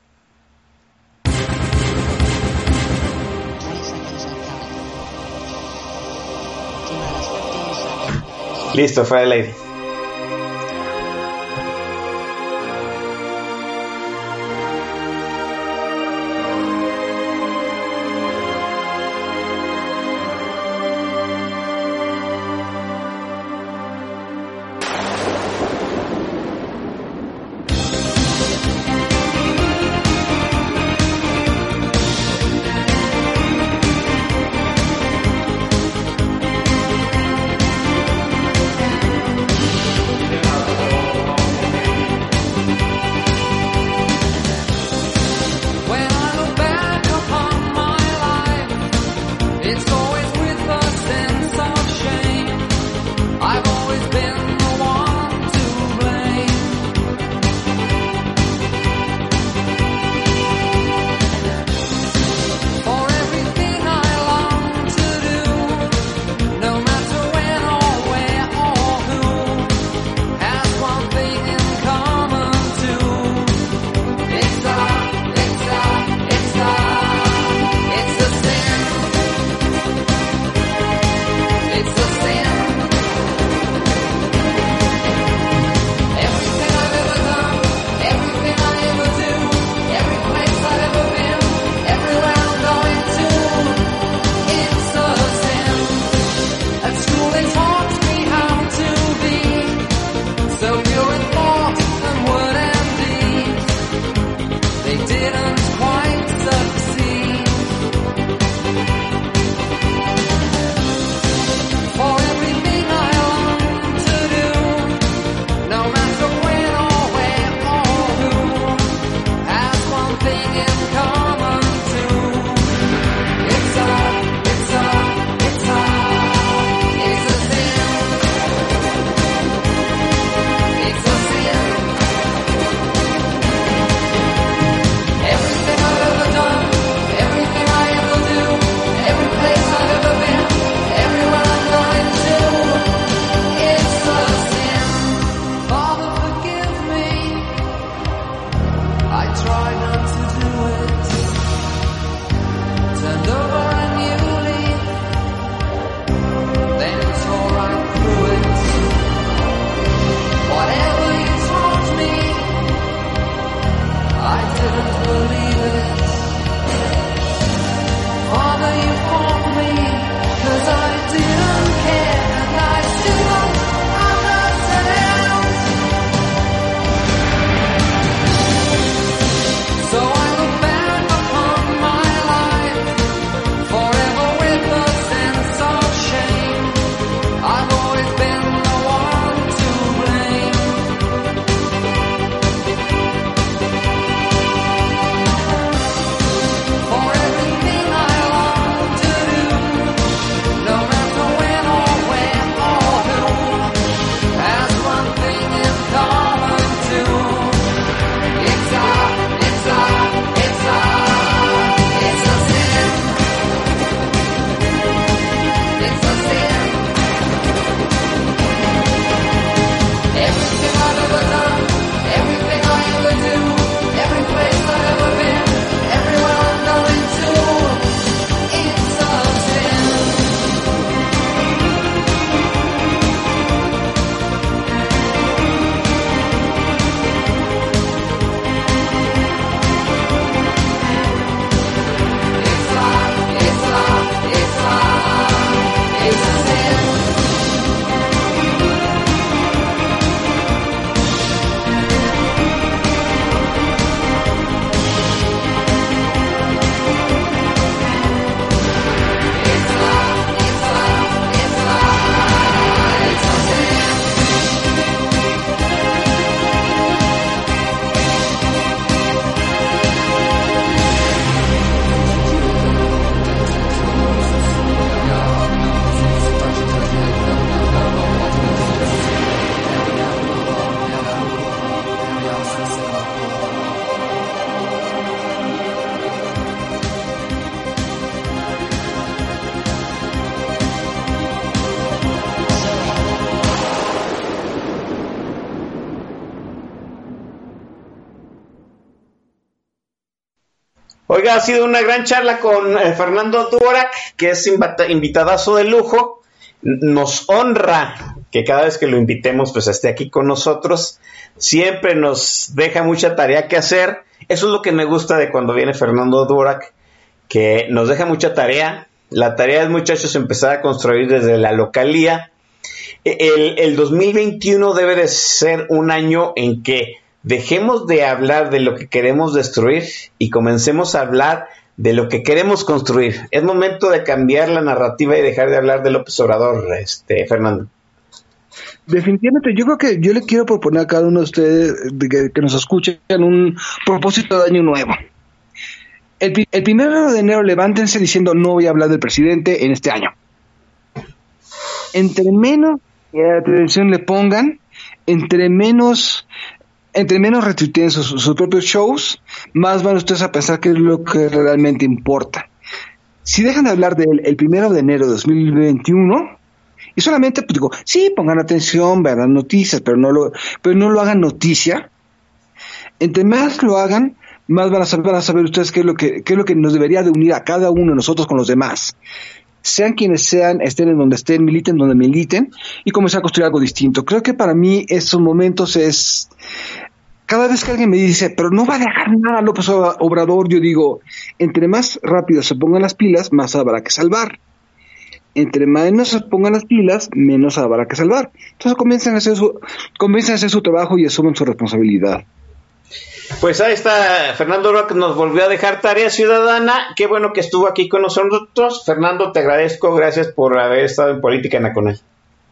Listo, fue al aire. Oiga, ha sido una gran charla con Fernando Dvorak, que es invitadazo de lujo. Nos honra que cada vez que lo invitemos pues esté aquí con nosotros. Siempre nos deja mucha tarea que hacer. Eso es lo que me gusta de cuando viene Fernando Dvorak, que nos deja mucha tarea. La tarea es, muchachos, empezar a construir desde la localía. El 2021 debe de ser un año en que dejemos de hablar de lo que queremos destruir y comencemos a hablar de lo que queremos construir. Es momento de cambiar la narrativa y dejar de hablar de López Obrador, Fernando. Definitivamente, yo creo que yo le quiero proponer a cada uno de ustedes que nos escuchen un propósito de año nuevo. El 1 de enero levántense diciendo: no voy a hablar del presidente en este año. Entre menos atención le pongan, entre menos retuiteen sus propios shows, más van ustedes a pensar qué es lo que realmente importa. Si dejan de hablar del 1 de enero de 2021 y solamente pues digo, sí, pongan atención, vean las noticias, pero no lo hagan noticia. Entre más lo hagan, más van a saber ustedes qué es lo que nos debería de unir a cada uno de nosotros con los demás. Sean quienes sean, estén en donde estén, militen donde militen, y comenzar a construir algo distinto. Creo que para mí esos momentos es... Cada vez que alguien me dice, pero no va a dejar nada López Obrador, yo digo, entre más rápido se pongan las pilas, más habrá que salvar. Entre menos se pongan las pilas, menos habrá que salvar. Entonces comiencen a hacer su trabajo y asumen su responsabilidad. Pues ahí está, Fernando Dvorak nos volvió a dejar tarea ciudadana. Qué bueno que estuvo aquí con nosotros. Fernando, te agradezco, gracias por haber estado en Política Nacional.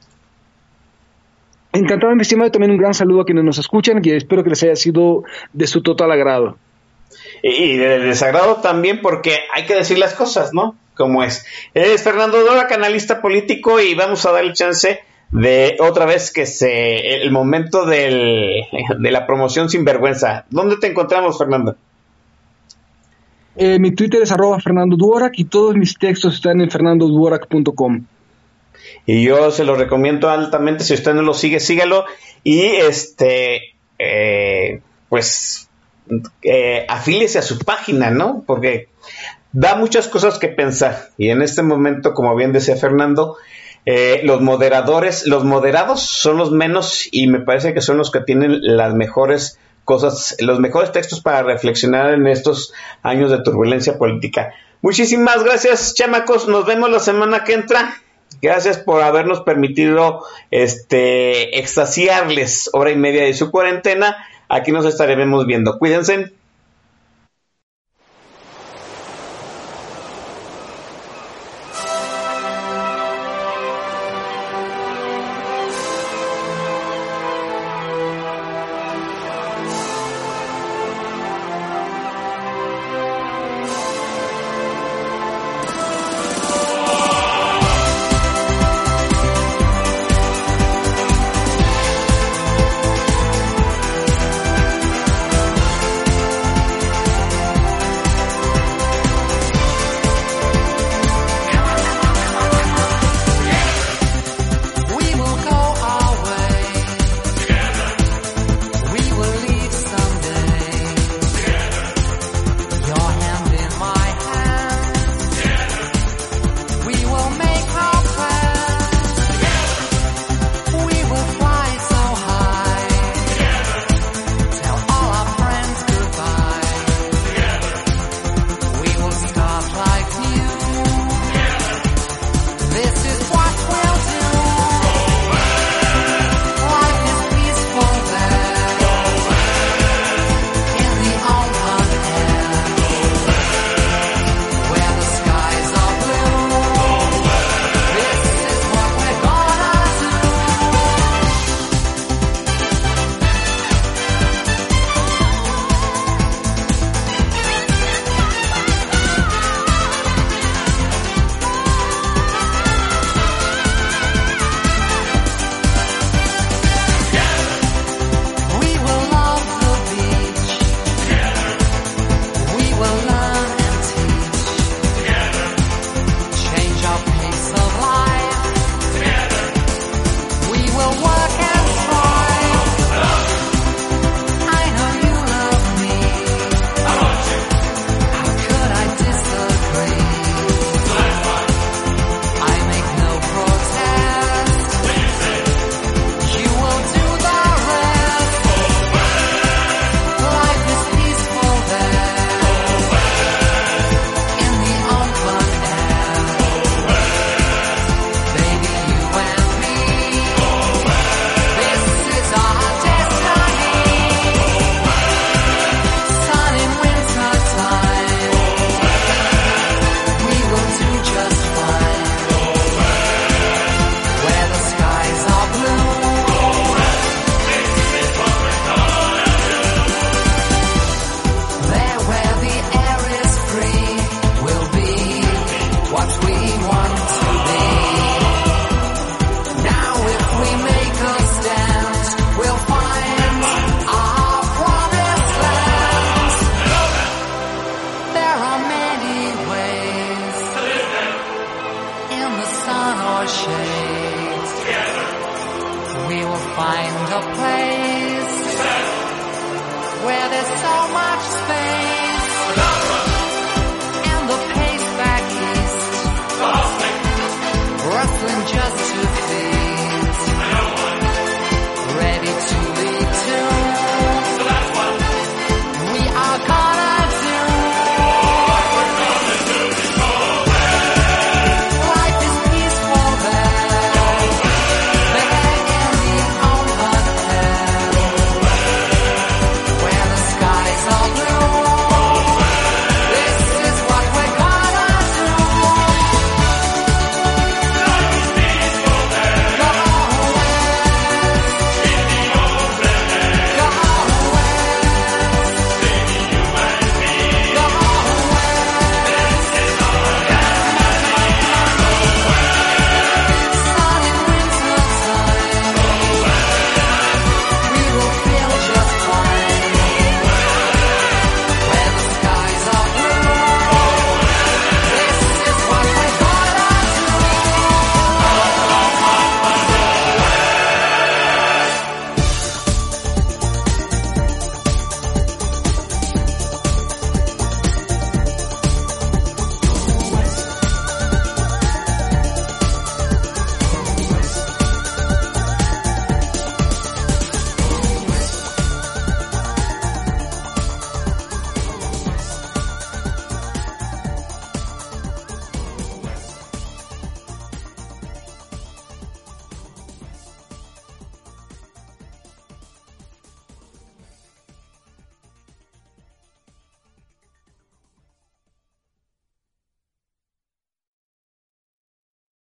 Encantado, mi estimado, y también un gran saludo a quienes nos escuchan, y espero que les haya sido de su total agrado. Y de desagrado también, porque hay que decir las cosas, ¿no? Como es. Es Fernando Dvorak, analista político, y vamos a darle chance de otra vez el momento de la promoción sin vergüenza. ¿Dónde te encontramos, Fernando? Mi Twitter es @Fernando Dvorak y todos mis textos están en fernandodvorak.com. Y yo se lo recomiendo altamente. Si usted no lo sigue, sígalo. Y afíliese a su página, ¿no? Porque da muchas cosas que pensar. Y en este momento, como bien decía Fernando, los moderados son los menos, y me parece que son los que tienen las mejores cosas, los mejores textos para reflexionar en estos años de turbulencia política. Muchísimas gracias, chamacos. Nos vemos la semana que entra. Gracias por habernos permitido extasiarles hora y media de su cuarentena. Aquí nos estaremos viendo. Cuídense.